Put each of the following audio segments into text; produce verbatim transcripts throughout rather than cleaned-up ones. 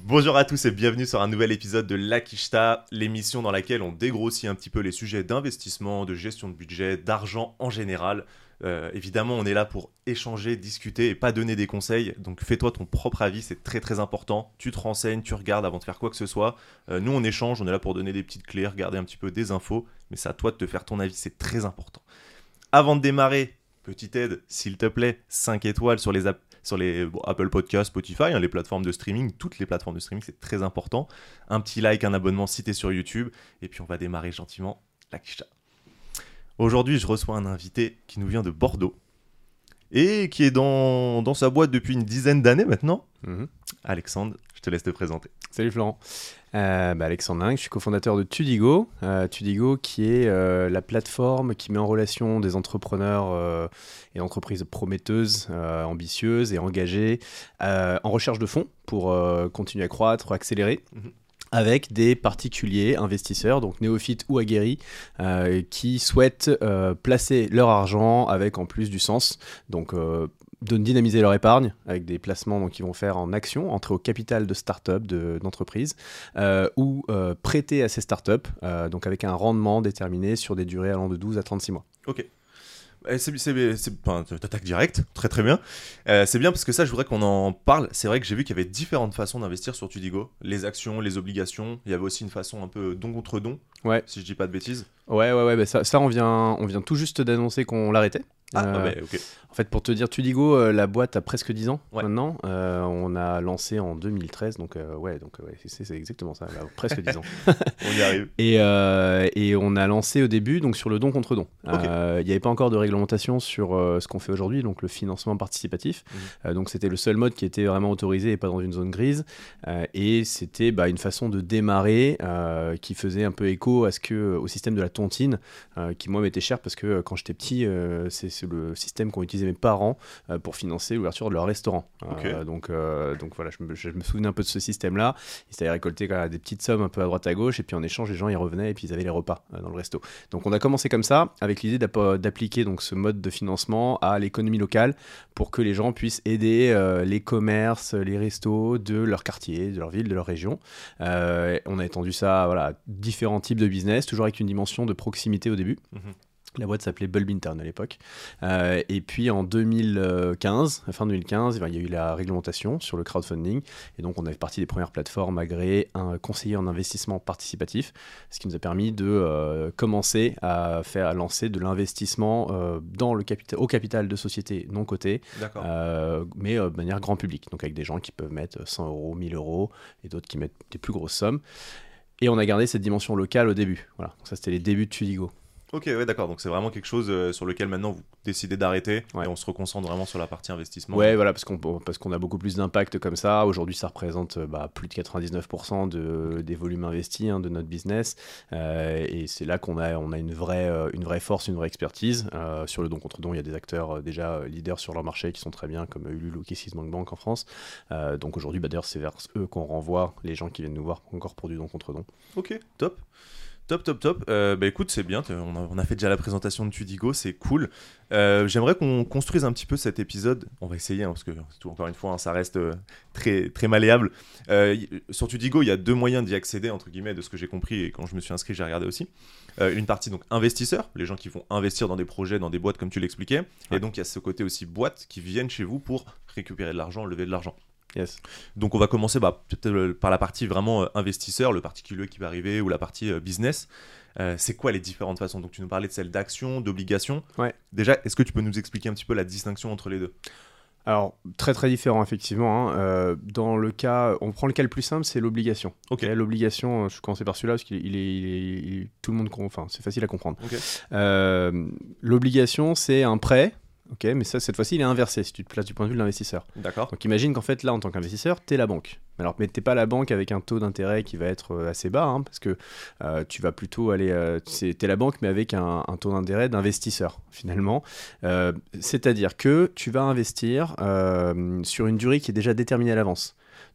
Bonjour à tous et bienvenue sur un nouvel épisode de Lakishta, l'émission dans laquelle on dégrossit un petit peu les sujets d'investissement, de gestion de budget, d'argent en général. Euh, évidemment, on est là pour échanger, discuter et pas donner des conseils. Donc fais-toi ton propre avis, c'est très très important. Tu te renseignes, tu regardes avant de faire quoi que ce soit. Euh, nous, on échange, on est là pour donner des petites clés, regarder un petit peu des infos. Mais c'est à toi de te faire ton avis, c'est très important. Avant de démarrer, petite aide, s'il te plaît, cinq étoiles sur les apps. Sur les bon, Apple Podcasts, Spotify, hein, les plateformes de streaming, toutes les plateformes de streaming, c'est très important. Un petit like, un abonnement si t'es sur YouTube. Et puis on va démarrer gentiment Lakishta. Aujourd'hui, je reçois un invité qui nous vient de Bordeaux et qui est dans, dans sa boîte depuis une dizaine d'années maintenant. Mmh. Alexandre, je te laisse te présenter. Salut Florent. Euh, bah Alexandre Ling, je suis cofondateur de Tudigo. Euh, Tudigo qui est euh, la plateforme qui met en relation des entrepreneurs euh, et entreprises prometteuses, euh, ambitieuses et engagées euh, en recherche de fonds pour euh, continuer à croître, accélérer. Mmh. Avec des particuliers investisseurs, donc néophytes ou aguerris, euh, qui souhaitent euh, placer leur argent avec en plus du sens. Donc, euh, de dynamiser leur épargne avec des placements donc, qu'ils vont faire en actions, entrer au capital de start-up, de, d'entreprise, euh, ou euh, prêter à ces start-up, euh, donc avec un rendement déterminé sur des durées allant de douze à trente-six mois. Ok. C'est, c'est, c'est, enfin, t'attaques direct, très très bien. Euh, c'est bien parce que ça, je voudrais qu'on en parle. C'est vrai que j'ai vu qu'il y avait différentes façons d'investir sur Tudigo. Les actions, les obligations. Il y avait aussi une façon un peu don contre don, ouais. Si je dis pas de bêtises. Ouais, ouais, ouais. Bah ça, ça on, vient, on vient tout juste d'annoncer qu'on l'arrêtait. Ah, euh, ah bah, ok. En fait, pour te dire, Tudigo, euh, la boîte a presque dix ans ouais. maintenant. Euh, on a lancé en deux mille treize, donc euh, ouais, donc ouais, c'est, c'est exactement ça, là, presque dix ans. On y arrive. Et, euh, et on a lancé au début donc sur le don contre don. Il okay. euh, n'y avait pas encore de réglementation sur euh, ce qu'on fait aujourd'hui, donc le financement participatif. Mmh. Euh, donc c'était le seul mode qui était vraiment autorisé et pas dans une zone grise. Euh, et c'était bah, une façon de démarrer euh, qui faisait un peu écho à ce que, au système de la tontine, euh, qui moi m'était cher parce que quand j'étais petit, euh, c'est, c'est le système qu'ont utilisé mes parents pour financer l'ouverture de leur restaurant. Okay. Euh, donc, euh, donc voilà, je me, je me souvenais un peu de ce système-là. Ils avaient récolté quand même, des petites sommes un peu à droite à gauche et puis en échange, les gens y revenaient et puis ils avaient les repas euh, dans le resto. Donc on a commencé comme ça avec l'idée d'app- d'appliquer donc, ce mode de financement à l'économie locale pour que les gens puissent aider euh, les commerces, les restos de leur quartier, de leur ville, de leur région. Euh, on a étendu ça voilà, à différents types de business, toujours avec une dimension de proximité au début. Mmh. La boîte s'appelait Bulb Intern à l'époque. Euh, et puis en deux mille quinze, fin deux mille quinze, il y a eu la réglementation sur le crowdfunding. Et donc on est parti des premières plateformes agréées, un conseiller en investissement participatif, ce qui nous a permis de euh, commencer à faire à lancer de l'investissement euh, dans le capital, au capital de sociétés non cotées, euh, mais euh, de manière grand public. Donc avec des gens qui peuvent mettre cent euros, mille euros et d'autres qui mettent des plus grosses sommes. Et on a gardé cette dimension locale au début. Voilà. Donc ça, c'était les débuts de Tudigo. Ok, ouais, d'accord. Donc c'est vraiment quelque chose euh, sur lequel maintenant vous décidez d'arrêter ouais. et on se reconcentre vraiment sur la partie investissement. Ouais, voilà, parce qu'on, parce qu'on a beaucoup plus d'impact comme ça. Aujourd'hui, ça représente bah, plus de quatre-vingt-dix-neuf pour cent de, des volumes investis hein, de notre business. Euh, et c'est là qu'on a, on a une, vraie, une vraie force, une vraie expertise. Euh, sur le don contre don, il y a des acteurs euh, déjà leaders sur leur marché qui sont très bien, comme Ulule ou KissKissBankBank en France. Euh, donc aujourd'hui, bah, d'ailleurs, c'est vers eux qu'on renvoie les gens qui viennent nous voir encore pour du don contre don. Ok, top. Top, top, top. Euh, bah écoute, c'est bien. On a, on a fait déjà la présentation de Tudigo, c'est cool. Euh, j'aimerais qu'on construise un petit peu cet épisode. On va essayer, hein, parce que tout, encore une fois, hein, ça reste euh, très, très malléable. Euh, sur Tudigo, il y a deux moyens d'y accéder, entre guillemets, de ce que j'ai compris. Et quand je me suis inscrit, j'ai regardé aussi. Euh, une partie, donc, investisseurs, les gens qui vont investir dans des projets, dans des boîtes, comme tu l'expliquais. Ouais. Et donc, il y a ce côté aussi boîtes qui viennent chez vous pour récupérer de l'argent, lever de l'argent. Yes. Donc on va commencer bah, peut-être par la partie vraiment euh, investisseur, le particulier qui va arriver, ou la partie euh, business. Euh, c'est quoi les différentes façons ? Donc tu nous parlais de celle d'action, d'obligation. Ouais. Déjà, est-ce que tu peux nous expliquer un petit peu la distinction entre les deux ? Alors, très très différent effectivement. Hein. Euh, dans le cas, on prend le cas le plus simple, c'est l'obligation. Okay. Okay, l'obligation, je commençais par celui-là parce qu'il il est, il est, il est, tout le monde, enfin, c'est facile à comprendre. Okay. Euh, l'obligation, c'est un prêt. Ok, mais ça, cette fois-ci, il est inversé si tu te places du point de vue de l'investisseur. D'accord. Donc imagine qu'en fait, là, en tant qu'investisseur, tu es la banque. Alors, mais tu n'es pas la banque avec un taux d'intérêt qui va être assez bas, hein, parce que euh, tu vas plutôt aller... Euh, tu es la banque, mais avec un, un taux d'intérêt d'investisseur, finalement. Euh, c'est-à-dire que tu vas investir euh, sur une durée qui est déjà déterminée à l'avance.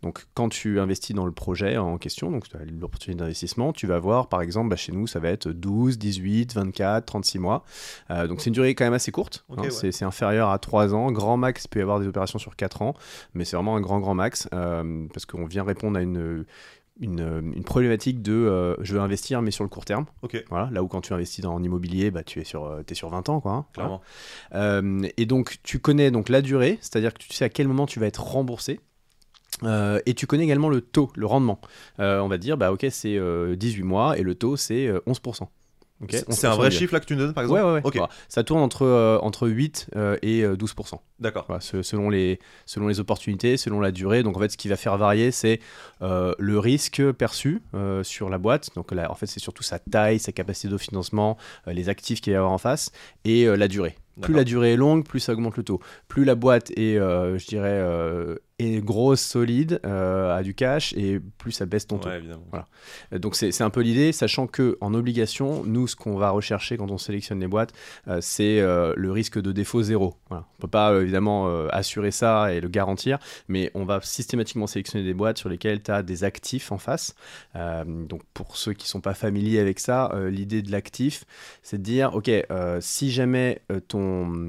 Donc quand tu investis dans le projet en question, donc tu as l'opportunité d'investissement, tu vas voir par exemple, bah, chez nous ça va être douze, dix-huit, vingt-quatre, trente-six mois. Euh, donc c'est une durée quand même assez courte, okay, hein, ouais. c'est, c'est inférieur à trois ans. Grand max, il peut y avoir des opérations sur quatre ans, mais c'est vraiment un grand grand max euh, parce qu'on vient répondre à une... Une, une problématique de euh, je veux investir mais sur le court terme. Okay. Voilà, là où quand tu investis dans l'immobilier, bah, tu es sur, euh, t'es sur vingt ans. Quoi, hein, clairement. Voilà. Euh, et donc tu connais donc, la durée, c'est-à-dire que tu sais à quel moment tu vas être remboursé. Euh, et tu connais également le taux, le rendement. Euh, on va dire, bah, ok, c'est euh, dix-huit mois et le taux c'est euh, onze pour cent. Okay. C'est, c'est un vrai chiffre là que tu nous donnes par exemple. Ouais, ouais, ouais. Okay. Voilà. Ça tourne entre, euh, entre huit euh, et douze pour cent. D'accord. Voilà, selon, les, selon les opportunités, selon la durée. Donc en fait, ce qui va faire varier, c'est euh, le risque perçu euh, sur la boîte. Donc là, en fait, c'est surtout sa taille, sa capacité de financement, euh, les actifs qu'il va y avoir en face et euh, la durée. D'accord. Plus la durée est longue, plus ça augmente le taux. Plus la boîte est, euh, je dirais, euh, est grosse, solide, euh, a du cash, et plus ça baisse ton taux. Ouais, évidemment. Voilà. Donc c'est, c'est un peu l'idée, sachant qu'en obligation, nous, ce qu'on va rechercher quand on sélectionne les boîtes, euh, c'est euh, le risque de défaut zéro. Voilà. On ne peut pas euh, évidemment euh, assurer ça et le garantir, mais on va systématiquement sélectionner des boîtes sur lesquelles tu as des actifs en face. Euh, donc pour ceux qui ne sont pas familiers avec ça, euh, l'idée de l'actif, c'est de dire, ok, euh, si jamais euh, ton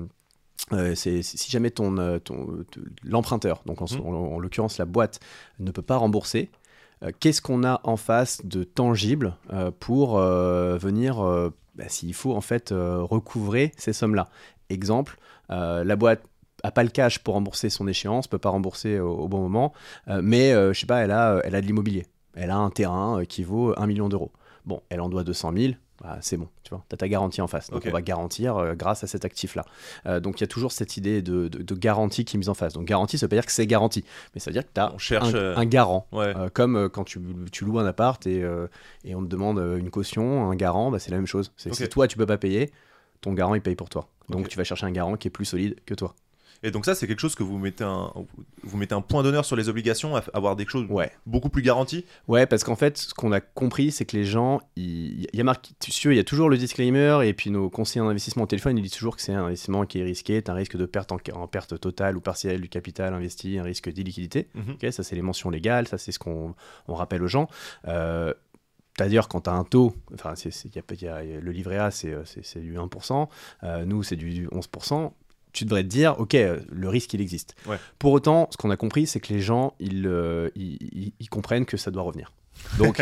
Euh, c'est, c'est, si jamais ton, euh, ton, t- l'emprunteur, donc en, mmh. en, en l'occurrence la boîte, ne peut pas rembourser, euh, qu'est-ce qu'on a en face de tangible euh, pour euh, venir, euh, bah, s'il faut en fait euh, recouvrer ces sommes-là. Exemple, euh, la boîte n'a pas le cash pour rembourser son échéance, peut pas rembourser au, au bon moment, euh, mais euh, je sais pas, elle a, elle a de l'immobilier, elle a un terrain euh, qui vaut un million d'euros. Bon, elle en doit deux cent mille. Bah, c'est bon, tu vois, tu as ta garantie en face. Donc, okay. on va garantir euh, grâce à cet actif-là. Euh, donc, il y a toujours cette idée de, de, de garantie qui est mise en face. Donc, garantie, ça veut pas dire que c'est garanti, mais ça veut dire que tu as un, euh... un garant. Ouais. Euh, comme euh, quand tu, tu loues un appart et, euh, et on te demande une caution, un garant, bah, c'est la même chose. C'est, okay. Si toi, tu peux pas payer, ton garant, il paye pour toi. Donc, okay. tu vas chercher un garant qui est plus solide que toi. Et donc ça, c'est quelque chose que vous mettez un, vous mettez un point d'honneur sur les obligations, à avoir des choses ouais. beaucoup plus garanties. Ouais, parce qu'en fait, ce qu'on a compris, c'est que les gens, il y a marqué, il y a toujours le disclaimer, et puis nos conseillers en investissement au téléphone, ils disent toujours que c'est un investissement qui est risqué, t'as un risque de perte en, en perte totale ou partielle du capital investi, un risque d'illiquidité. Mm-hmm. Okay, ça, c'est les mentions légales, ça, c'est ce qu'on on rappelle aux gens. Euh, C'est-à-dire, quand tu as un taux, enfin, c'est, c'est, y a, y a, le livret A, c'est, c'est, c'est du un pour cent, euh, nous, c'est du onze pour cent. Tu devrais te dire, ok, le risque, il existe. Ouais. Pour autant, ce qu'on a compris, c'est que les gens, ils, euh, ils, ils, ils comprennent que ça doit revenir. Donc,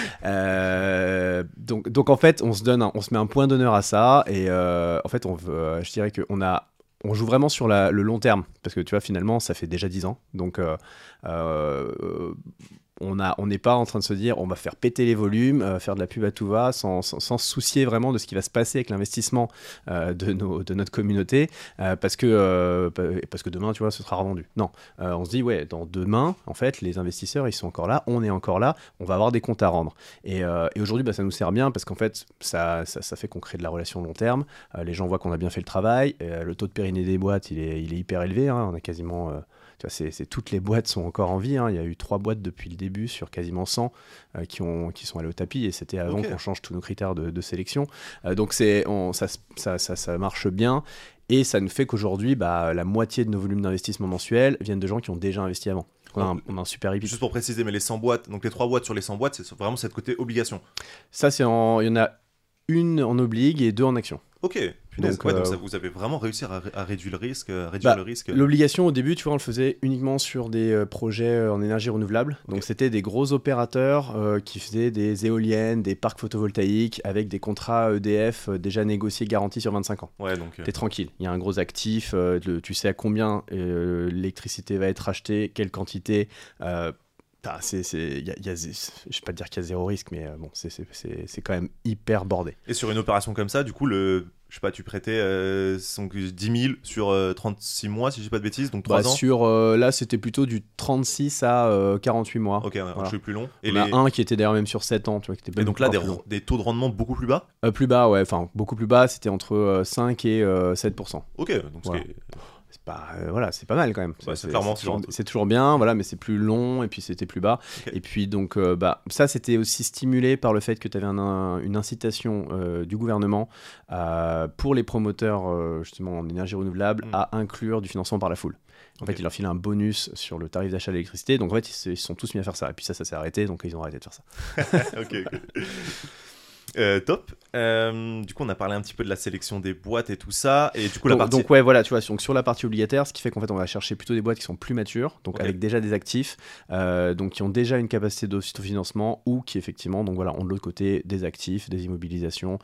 euh, donc, donc, en fait, on se, donne un, on se met un point d'honneur à ça. Et euh, en fait, on veut, euh, je dirais qu'on a... On joue vraiment sur la, le long terme, parce que tu vois, finalement, ça fait déjà dix ans. Donc, euh, euh, on a, on n'est pas en train de se dire on va faire péter les volumes, euh, faire de la pub à tout va, sans, sans, sans se soucier vraiment de ce qui va se passer avec l'investissement euh, de, nos, de notre communauté, euh, parce, que, euh, parce que demain, tu vois, ce sera revendu. Non, euh, on se dit, ouais, dans demain, en fait, les investisseurs, ils sont encore là, on est encore là, on va avoir des comptes à rendre. Et, euh, et aujourd'hui, bah, ça nous sert bien, parce qu'en fait, ça, ça, ça fait qu'on crée de la relation long terme, euh, les gens voient qu'on a bien fait le travail, euh, le taux de pérennité des boîtes, il est, il est hyper élevé, hein, on a quasiment... Euh, tu vois, c'est, c'est, toutes les boîtes sont encore en vie, hein. Il y a eu trois boîtes depuis le début sur quasiment cent euh, qui, ont, qui sont allées au tapis, et c'était avant okay. qu'on change tous nos critères de, de sélection. Euh, donc c'est, on, ça, ça, ça, ça marche bien, et ça nous fait qu'aujourd'hui, bah, la moitié de nos volumes d'investissement mensuels viennent de gens qui ont déjà investi avant. On a, un, on a un super hip. Juste pour préciser, mais les cent boîtes, donc les trois boîtes sur les cent boîtes, c'est vraiment cette côté obligation. Ça, c'est en, il y en a une en oblige et deux en action. Ok, punaise. Donc, ouais, euh... donc ça, vous avez vraiment réussi à, à réduire le risque, à réduire bah, le risque. L'obligation au début, tu vois, on le faisait uniquement sur des euh, projets en énergie renouvelable. Okay. Donc c'était des gros opérateurs euh, qui faisaient des éoliennes, des parcs photovoltaïques avec des contrats E D F euh, déjà négociés, garantis sur vingt-cinq ans. Ouais, donc. T'es euh... tranquille. Il y a un gros actif. Euh, le, tu sais à combien euh, l'électricité va être achetée, quelle quantité. Euh, Ah, c'est, c'est, y a, y a, je vais pas te dire qu'il y a zéro risque, mais euh, bon, c'est, c'est, c'est, c'est quand même hyper bordé. Et sur une opération comme ça, du coup, le, je sais pas, tu prêtais euh, dix mille sur euh, trente-six mois, si je dis pas de bêtises, donc trois bah, ans sur, euh, là, c'était plutôt du trente-six à euh, quarante-huit mois. Ok, un voilà. peu plus long. Et on les... a un qui était d'ailleurs même sur sept ans. Tu vois, qui était et donc là, des, des taux de rendement beaucoup plus bas euh, Plus bas, ouais, enfin, beaucoup plus bas, c'était entre euh, cinq et euh, sept pour cent. Ok, donc voilà. c'est... c'est pas, euh, voilà, c'est pas mal quand même. Ouais, c'est, c'est clairement c'est, toujours, ce genre de- c'est toujours bien, voilà, mais c'est plus long et puis c'était plus bas. Ok. Et puis donc, euh, bah, ça c'était aussi stimulé par le fait que tu avais un, un- une incitation euh, du gouvernement euh, pour les promoteurs euh, justement en énergie renouvelable Mm. à inclure du financement par la foule. En Ok. fait, il leur file un bonus sur le tarif d'achat de l'électricité, donc en fait, ils se ils se sont tous mis à faire ça. Et puis ça, ça s'est arrêté, donc ils ont arrêté de faire ça. Ok, ok. Euh, top. Euh, du coup, on a parlé un petit peu de la sélection des boîtes et tout ça. Et du coup, la donc, partie. donc, ouais, voilà, tu vois, donc sur la partie obligataire, ce qui fait qu'en fait, on va chercher plutôt des boîtes qui sont plus matures, donc Ok. avec déjà des actifs, euh, donc qui ont déjà une capacité d'autofinancement ou qui effectivement, donc voilà, ont de l'autre côté des actifs, des immobilisations,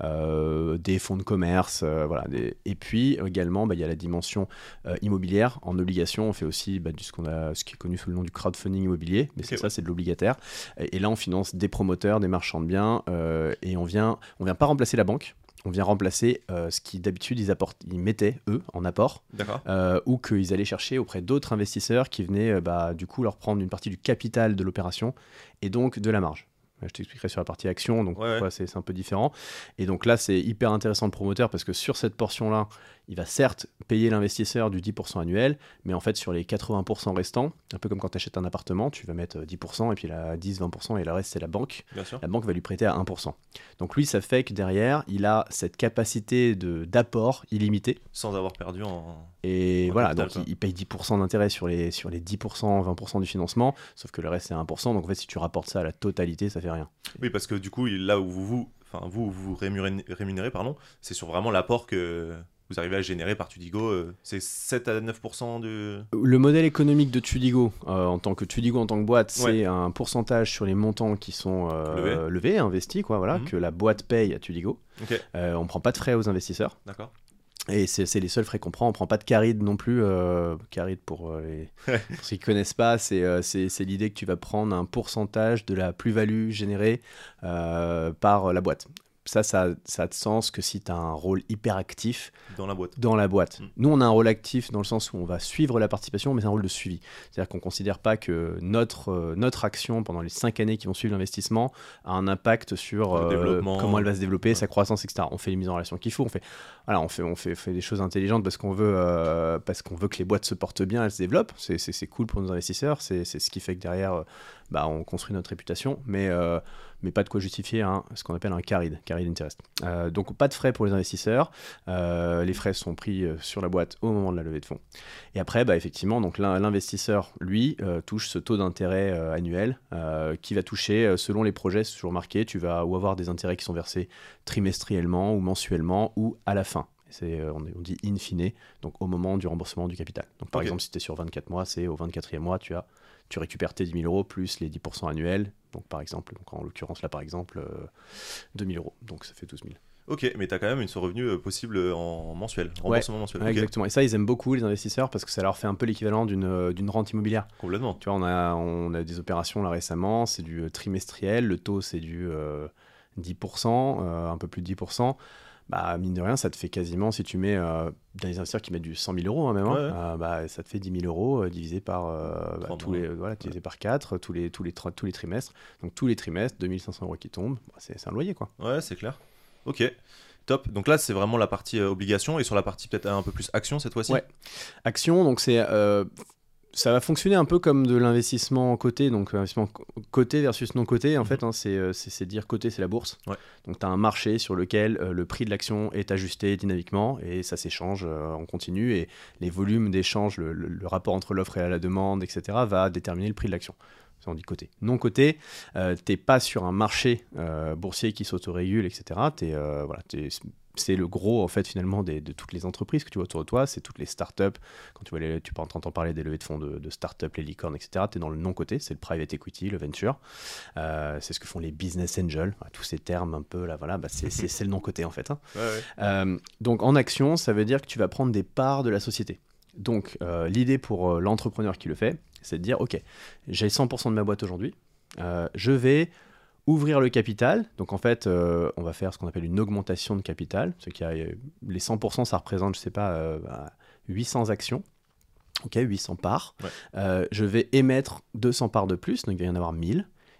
euh, des fonds de commerce, euh, voilà. Des... Et puis également, bah, il y a la dimension euh, immobilière. En obligation, on fait aussi bah, du, ce, qu'on a, ce qui est connu sous le nom du crowdfunding immobilier, mais Ok, c'est ouais. ça, c'est de l'obligataire. Et, et là, on finance des promoteurs, des marchands de biens, euh, et on vient, on vient pas remplacer la banque. On vient remplacer euh, ce qui d'habitude ils, apportent, ils mettaient eux en apport D'accord. euh, ou qu'ils allaient chercher auprès d'autres investisseurs qui venaient euh, bah, du coup leur prendre une partie du capital de l'opération et donc de la marge. Je t'expliquerai sur la partie action, donc Ouais, ouais. ouais, c'est, c'est un peu différent. Et donc là, c'est hyper intéressant le promoteur parce que sur cette portion-là, il va certes payer l'investisseur du dix pour cent annuel, mais en fait, sur les quatre-vingts pour cent restants, un peu comme quand tu achètes un appartement, tu vas mettre dix pour cent et puis la dix à vingt pour cent et le reste, c'est la banque. Bien sûr. La banque va lui prêter à un pour cent. Donc lui, ça fait que derrière, il a cette capacité de, d'apport illimitée. Sans avoir perdu en. Et En voilà, capital, donc quoi. il, il paye dix pour cent d'intérêt sur les, sur les dix pour cent, vingt pour cent du financement, sauf que le reste, c'est un pour cent. Donc en fait, si tu rapportes ça à la totalité, ça fait rien. Oui, parce que du coup, il- là où vous vous, enfin, vous, vous rémunérez, rémunérez, pardon, c'est sur vraiment l'apport que vous arrivez à générer par Tudigo. euh, c'est sept à neuf pour cent de. Le modèle économique de Tudigo, euh, en tant que Tudigo en tant que boîte, Ouais. c'est un pourcentage sur les montants qui sont euh, Levés. levés, investis, quoi, voilà, Mhm. que la boîte paye à Tudigo. Ok, Euh, on prend pas de frais aux investisseurs. d'accord. Et c'est, c'est les seuls frais qu'on prend. On prend pas de caride non plus. Euh, caride, pour, euh, les... pour ceux qui connaissent pas, c'est, euh, c'est, c'est l'idée que tu vas prendre un pourcentage de la plus-value générée euh, par la boîte. Ça, ça, ça a de sens que si tu as un rôle hyper actif Dans la boîte. dans la boîte. Mm. Nous, on a un rôle actif dans le sens où on va suivre la participation, mais c'est un rôle de suivi. C'est-à-dire qu'on ne considère pas que notre, euh, notre action pendant les cinq années qui vont suivre l'investissement a un impact sur Le euh, développement. comment elle va se développer, Ouais. sa croissance, et cetera. On fait les mises en relation qu'il faut. On fait, voilà, on fait, on fait, fait des choses intelligentes parce qu'on veut, euh, parce qu'on veut que les boîtes se portent bien, elles se développent. C'est, c'est, c'est cool pour nos investisseurs. C'est, c'est ce qui fait que derrière, euh, bah, on construit notre réputation. Mais... Euh, mais pas de quoi justifier hein, ce qu'on appelle un carried, carried interest. Euh, donc pas de frais pour les investisseurs, euh, les frais sont pris euh, sur la boîte au moment de la levée de fonds. Et après, bah, effectivement, donc l'in- l'investisseur, lui, euh, touche ce taux d'intérêt euh, annuel euh, qui va toucher, euh, selon les projets, c'est toujours marqué, tu vas ou avoir des intérêts qui sont versés trimestriellement ou mensuellement ou à la fin. C'est, euh, on, est- on dit in fine, donc au moment du remboursement du capital. Donc par Ok. exemple, si tu es sur vingt-quatre mois, c'est au vingt-quatrième mois, tu as tu récupères tes dix mille euros plus les dix pour cent annuels. Donc, par exemple, donc en l'occurrence, là, par exemple, euh, deux mille euros. Donc, ça fait douze mille. Ok, mais t'as quand même une ce revenu euh, possible euh, en mensuel, remboursement mensuel. Ouais, Ok, exactement. Et ça, ils aiment beaucoup, les investisseurs, parce que ça leur fait un peu l'équivalent d'une, euh, d'une rente immobilière. complètement. Tu vois, on a, on a des opérations là récemment, c'est du euh, trimestriel. Le taux, c'est du euh, dix pour cent, euh, un peu plus de dix pour cent. Bah, mine de rien, ça te fait quasiment, si tu mets euh, des investisseurs qui mettent du cent mille euros hein, même, hein, Ouais, ouais. euh, bah, ça te fait dix mille euros euh, divisé par, euh, bah, Trois tous mois. les, voilà, divisé par quatre, tous les, tous, les, trois- tous les trimestres. Donc tous les trimestres, deux mille cinq cents euros qui tombent, bah, c'est, c'est un loyer quoi. Ouais, c'est clair. Ok, top. Donc là, c'est vraiment la partie euh, obligation et sur la partie peut-être un peu plus action cette fois-ci. Ouais. Action, donc c'est... euh, ça va fonctionner un peu comme de l'investissement coté, donc investissement co- coté versus non coté. En Mhm. fait, hein, c'est, euh, c'est, c'est dire coté, c'est la bourse. Ouais. Donc tu as un marché sur lequel euh, le prix de l'action est ajusté dynamiquement et ça s'échange euh, en continu. Et les volumes d'échange, le, le- le rapport entre l'offre et la demande, et cetera, va déterminer le prix de l'action. Ça, on dit coté. Non coté, euh, tu n'es pas sur un marché euh, boursier qui s'autorégule, et cetera. T'es, euh, voilà, t'es- c'est le gros en fait finalement des, de toutes les entreprises que tu vois autour de toi, c'est toutes les startups. Quand tu vois les, tu peux entendre parler des levées de fonds de, de startups, les licornes, et cetera. Tu es dans le non coté, c'est le private equity, le venture. Euh, c'est ce que font les business angels, tous ces termes un peu là, voilà, bah c'est, c'est, c'est le non coté en fait. Hein. Ouais, ouais. Euh, donc en action, ça veut dire que tu vas prendre des parts de la société. Donc euh, l'idée pour euh, l'entrepreneur qui le fait, c'est de dire ok, j'ai cent pour cent de ma boîte aujourd'hui, euh, je vais ouvrir le capital. Donc en fait, euh, on va faire ce qu'on appelle une augmentation de capital. Ce qui a, les cent pour cent, ça représente, je sais pas, euh, bah, huit cents actions. Ok, huit cents parts. Ouais. Euh, je vais émettre deux cents parts de plus, donc il va y en avoir mille.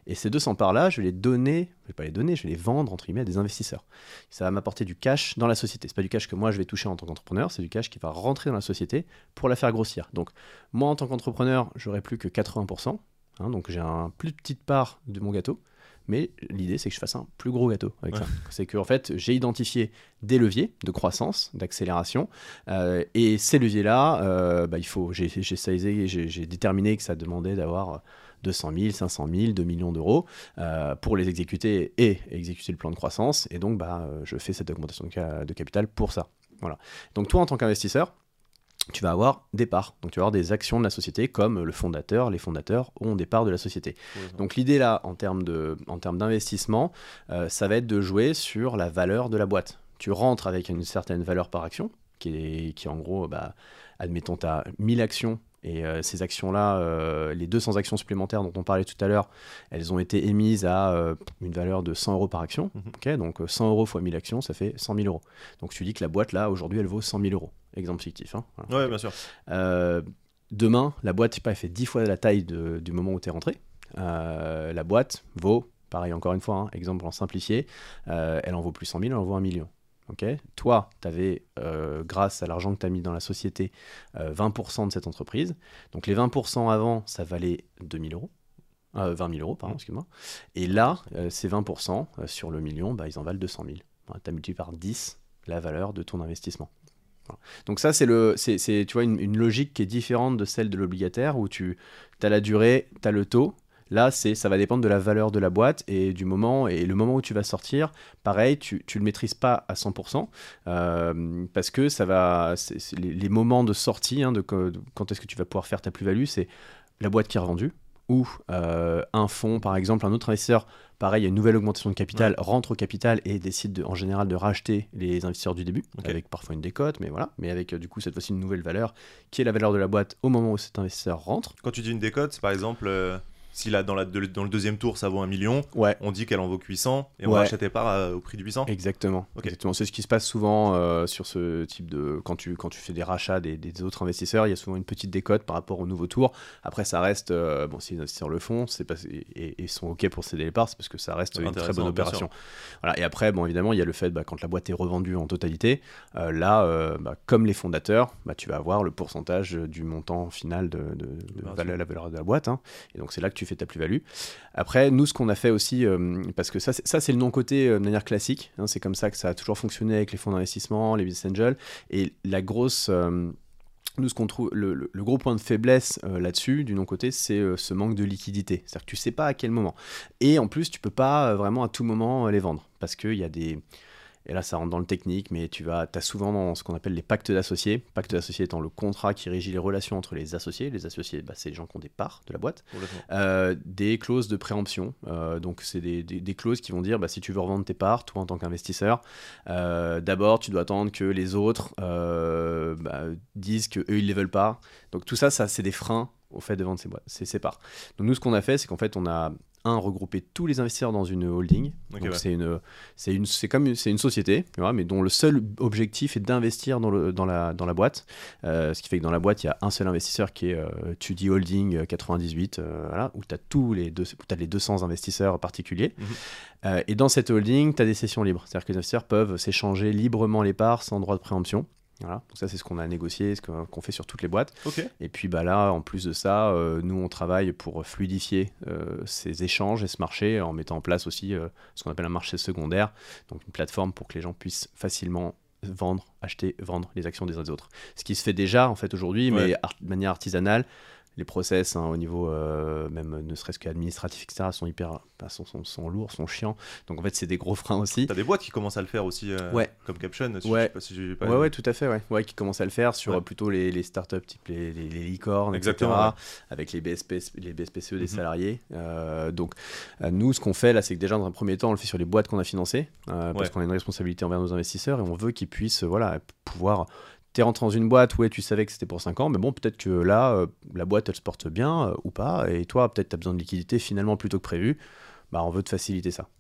Et ces deux cents parts-là, je vais les donner, je vais pas les donner, je vais les vendre entre guillemets à des investisseurs. Ça va m'apporter du cash dans la société. C'est pas du cash que moi je vais toucher en tant qu'entrepreneur, c'est du cash qui va rentrer dans la société pour la faire grossir. Donc moi en tant qu'entrepreneur, j'aurai plus que quatre-vingts pour cent, hein, donc j'ai un plus petite part de mon gâteau. Mais l'idée, c'est que je fasse un plus gros gâteau avec ouais. ça. C'est qu'en fait, j'ai identifié des leviers de croissance, d'accélération. Euh, et ces leviers-là, euh, bah, il faut, j'ai, j'ai, sizé, j'ai, j'ai déterminé que ça demandait d'avoir deux cent mille, cinq cent mille, deux millions d'euros euh, pour les exécuter et exécuter le plan de croissance. Et donc, bah, je fais cette augmentation de, ca- de capital pour ça. Voilà. Donc, toi, en tant qu'investisseur, tu vas avoir des parts, donc tu vas avoir des actions de la société comme le fondateur, les fondateurs ont des parts de la société. Oui, donc l'idée là, en termes, de, en termes d'investissement, euh, ça va être de jouer sur la valeur de la boîte. Tu rentres avec une certaine valeur par action, qui est, qui est en gros, bah, admettons, tu as mille actions, et euh, ces actions-là, euh, les deux cents actions supplémentaires dont on parlait tout à l'heure, elles ont été émises à euh, une valeur de cent euros par action. Mm-hmm. Okay, donc cent euros fois mille actions, ça fait cent mille euros. Donc tu dis que la boîte, là, aujourd'hui, elle vaut cent mille euros. Exemple fictif. Hein. Voilà. Oui, bien sûr. Euh, demain, la boîte, je sais pas, elle fait dix fois la taille de, du moment où tu es rentré. Euh, la boîte vaut, pareil, encore une fois, hein, exemple en simplifié, euh, elle en vaut plus cent mille, elle en vaut un million. Okay. Toi, tu avais, euh, grâce à l'argent que tu as mis dans la société, euh, vingt pour cent de cette entreprise. Donc les vingt pour cent avant, ça valait deux mille euros. Euh, vingt mille euros, pardon, excuse-moi. Et là, euh, ces vingt pour cent euh, sur le million, bah, ils en valent deux cent mille. Enfin, tu as multiplié par dix la valeur de ton investissement. Voilà. Donc ça, c'est, le, c'est, c'est tu vois, une, une logique qui est différente de celle de l'obligataire, où tu as la durée, tu as le taux. Là, c'est, ça va dépendre de la valeur de la boîte et du moment, et le moment où tu vas sortir, pareil, tu ne le maîtrises pas à cent pour cent, euh, parce que ça va, c'est, c'est les, les moments de sortie, hein, de, de quand est-ce que tu vas pouvoir faire ta plus-value, c'est la boîte qui est revendue, ou euh, un fonds, par exemple, un autre investisseur, pareil, il y a une nouvelle augmentation de capital, ouais. rentre au capital et décide de, en général de racheter les investisseurs du début, okay. avec parfois une décote, mais voilà, mais avec du coup cette fois-ci une nouvelle valeur, qui est la valeur de la boîte au moment où cet investisseur rentre. Quand tu dis une décote, c'est par exemple... Euh... Si là, dans, la, de, dans le deuxième tour, ça vaut un million, ouais. on dit qu'elle en vaut huit cents et on ouais. rachète les parts à, au prix de huit cents. Exactement. Okay. Exactement. C'est ce qui se passe souvent euh, sur ce type de... Quand tu, quand tu fais des rachats des, des autres investisseurs, il y a souvent une petite décote par rapport au nouveau tour. Après, ça reste... Euh, bon, si les investisseurs le font c'est pas, et, et sont OK pour céder les parts, c'est parce que ça reste une très bonne opération. Voilà. Et après, bon, évidemment, il y a le fait, bah, quand la boîte est revendue en totalité, euh, là, euh, bah, comme les fondateurs, bah, tu vas avoir le pourcentage du montant final de, de, de valeur, la valeur de la boîte. Hein. Et donc, c'est là que tu fais ta plus-value. Après, nous, ce qu'on a fait aussi, euh, parce que ça, c'est, ça, c'est le non-côté euh, de manière classique, hein, c'est comme ça que ça a toujours fonctionné avec les fonds d'investissement, les business angels, et la grosse... Euh, nous, ce qu'on trouve, le, le, le gros point de faiblesse euh, là-dessus, du non-côté, c'est euh, ce manque de liquidité. C'est-à-dire que tu ne sais pas à quel moment. Et en plus, tu ne peux pas euh, vraiment à tout moment euh, les vendre, parce qu'il y a des... Et là, ça rentre dans le technique, mais tu vas, as souvent dans ce qu'on appelle les pactes d'associés. Pacte d'associés étant le contrat qui régit les relations entre les associés. Les associés, bah, c'est les gens qui ont des parts de la boîte. Euh, des clauses de préemption. Euh, donc, c'est des, des, des clauses qui vont dire, bah, si tu veux revendre tes parts, toi en tant qu'investisseur, euh, d'abord, tu dois attendre que les autres euh, bah, disent qu'eux, ils ne les veulent pas. Donc, tout ça, ça, c'est des freins au fait de vendre ces, boîtes, ces, ces parts. Donc, nous, ce qu'on a fait, c'est qu'en fait, on a... un, regrouper tous les investisseurs dans une holding. Okay, donc ouais. c'est, une, c'est, une, c'est comme une, c'est une société, tu vois, mais dont le seul objectif est d'investir dans, le, dans, la, dans la boîte. Euh, ce qui fait que dans la boîte, il y a un seul investisseur qui est euh, two D Holding quatre-vingt-dix-huit, euh, voilà, où tu as tous les, deux, t'as les deux cents investisseurs particuliers. Mm-hmm. Euh, et dans cette holding, tu as des sessions libres. C'est-à-dire que les investisseurs peuvent s'échanger librement les parts sans droit de préemption. Voilà. Donc ça, c'est ce qu'on a négocié, ce qu'on fait sur toutes les boîtes. Okay. Et puis bah, là, en plus de ça, euh, nous, on travaille pour fluidifier euh, ces échanges et ce marché en mettant en place aussi euh, ce qu'on appelle un marché secondaire, donc une plateforme pour que les gens puissent facilement vendre, acheter, vendre les actions des uns des autres. Ce qui se fait déjà, en fait, aujourd'hui, ouais. mais ar- de manière artisanale. Les process, hein, au niveau euh, même ne serait-ce qu'administratif, et cetera, sont hyper, bah, sont, sont, sont lourds, sont chiants. Donc en fait, c'est des gros freins aussi. T'as des boîtes qui commencent à le faire aussi, euh, ouais. comme Caption. Si ouais. Je sais pas si j'ai pas ouais, ouais, tout à fait. Ouais, ouais, qui commencent à le faire sur ouais. plutôt les, les startups type les, les, les licornes, exactement, et cetera. Ouais. Avec les B S P, les B S P C E des mm-hmm. salariés. Euh, donc euh, nous, ce qu'on fait là, c'est que déjà dans un premier temps, on le fait sur les boîtes qu'on a financées, euh, parce ouais. qu'on a une responsabilité envers nos investisseurs et on veut qu'ils puissent, voilà, pouvoir. T'es rentré dans une boîte, ouais, tu savais que c'était pour cinq ans, mais bon, peut-être que là, euh, la boîte, elle se porte bien euh, ou pas, et toi, peut-être tu as besoin de liquidité finalement plutôt que prévu, bah, on veut te faciliter ça.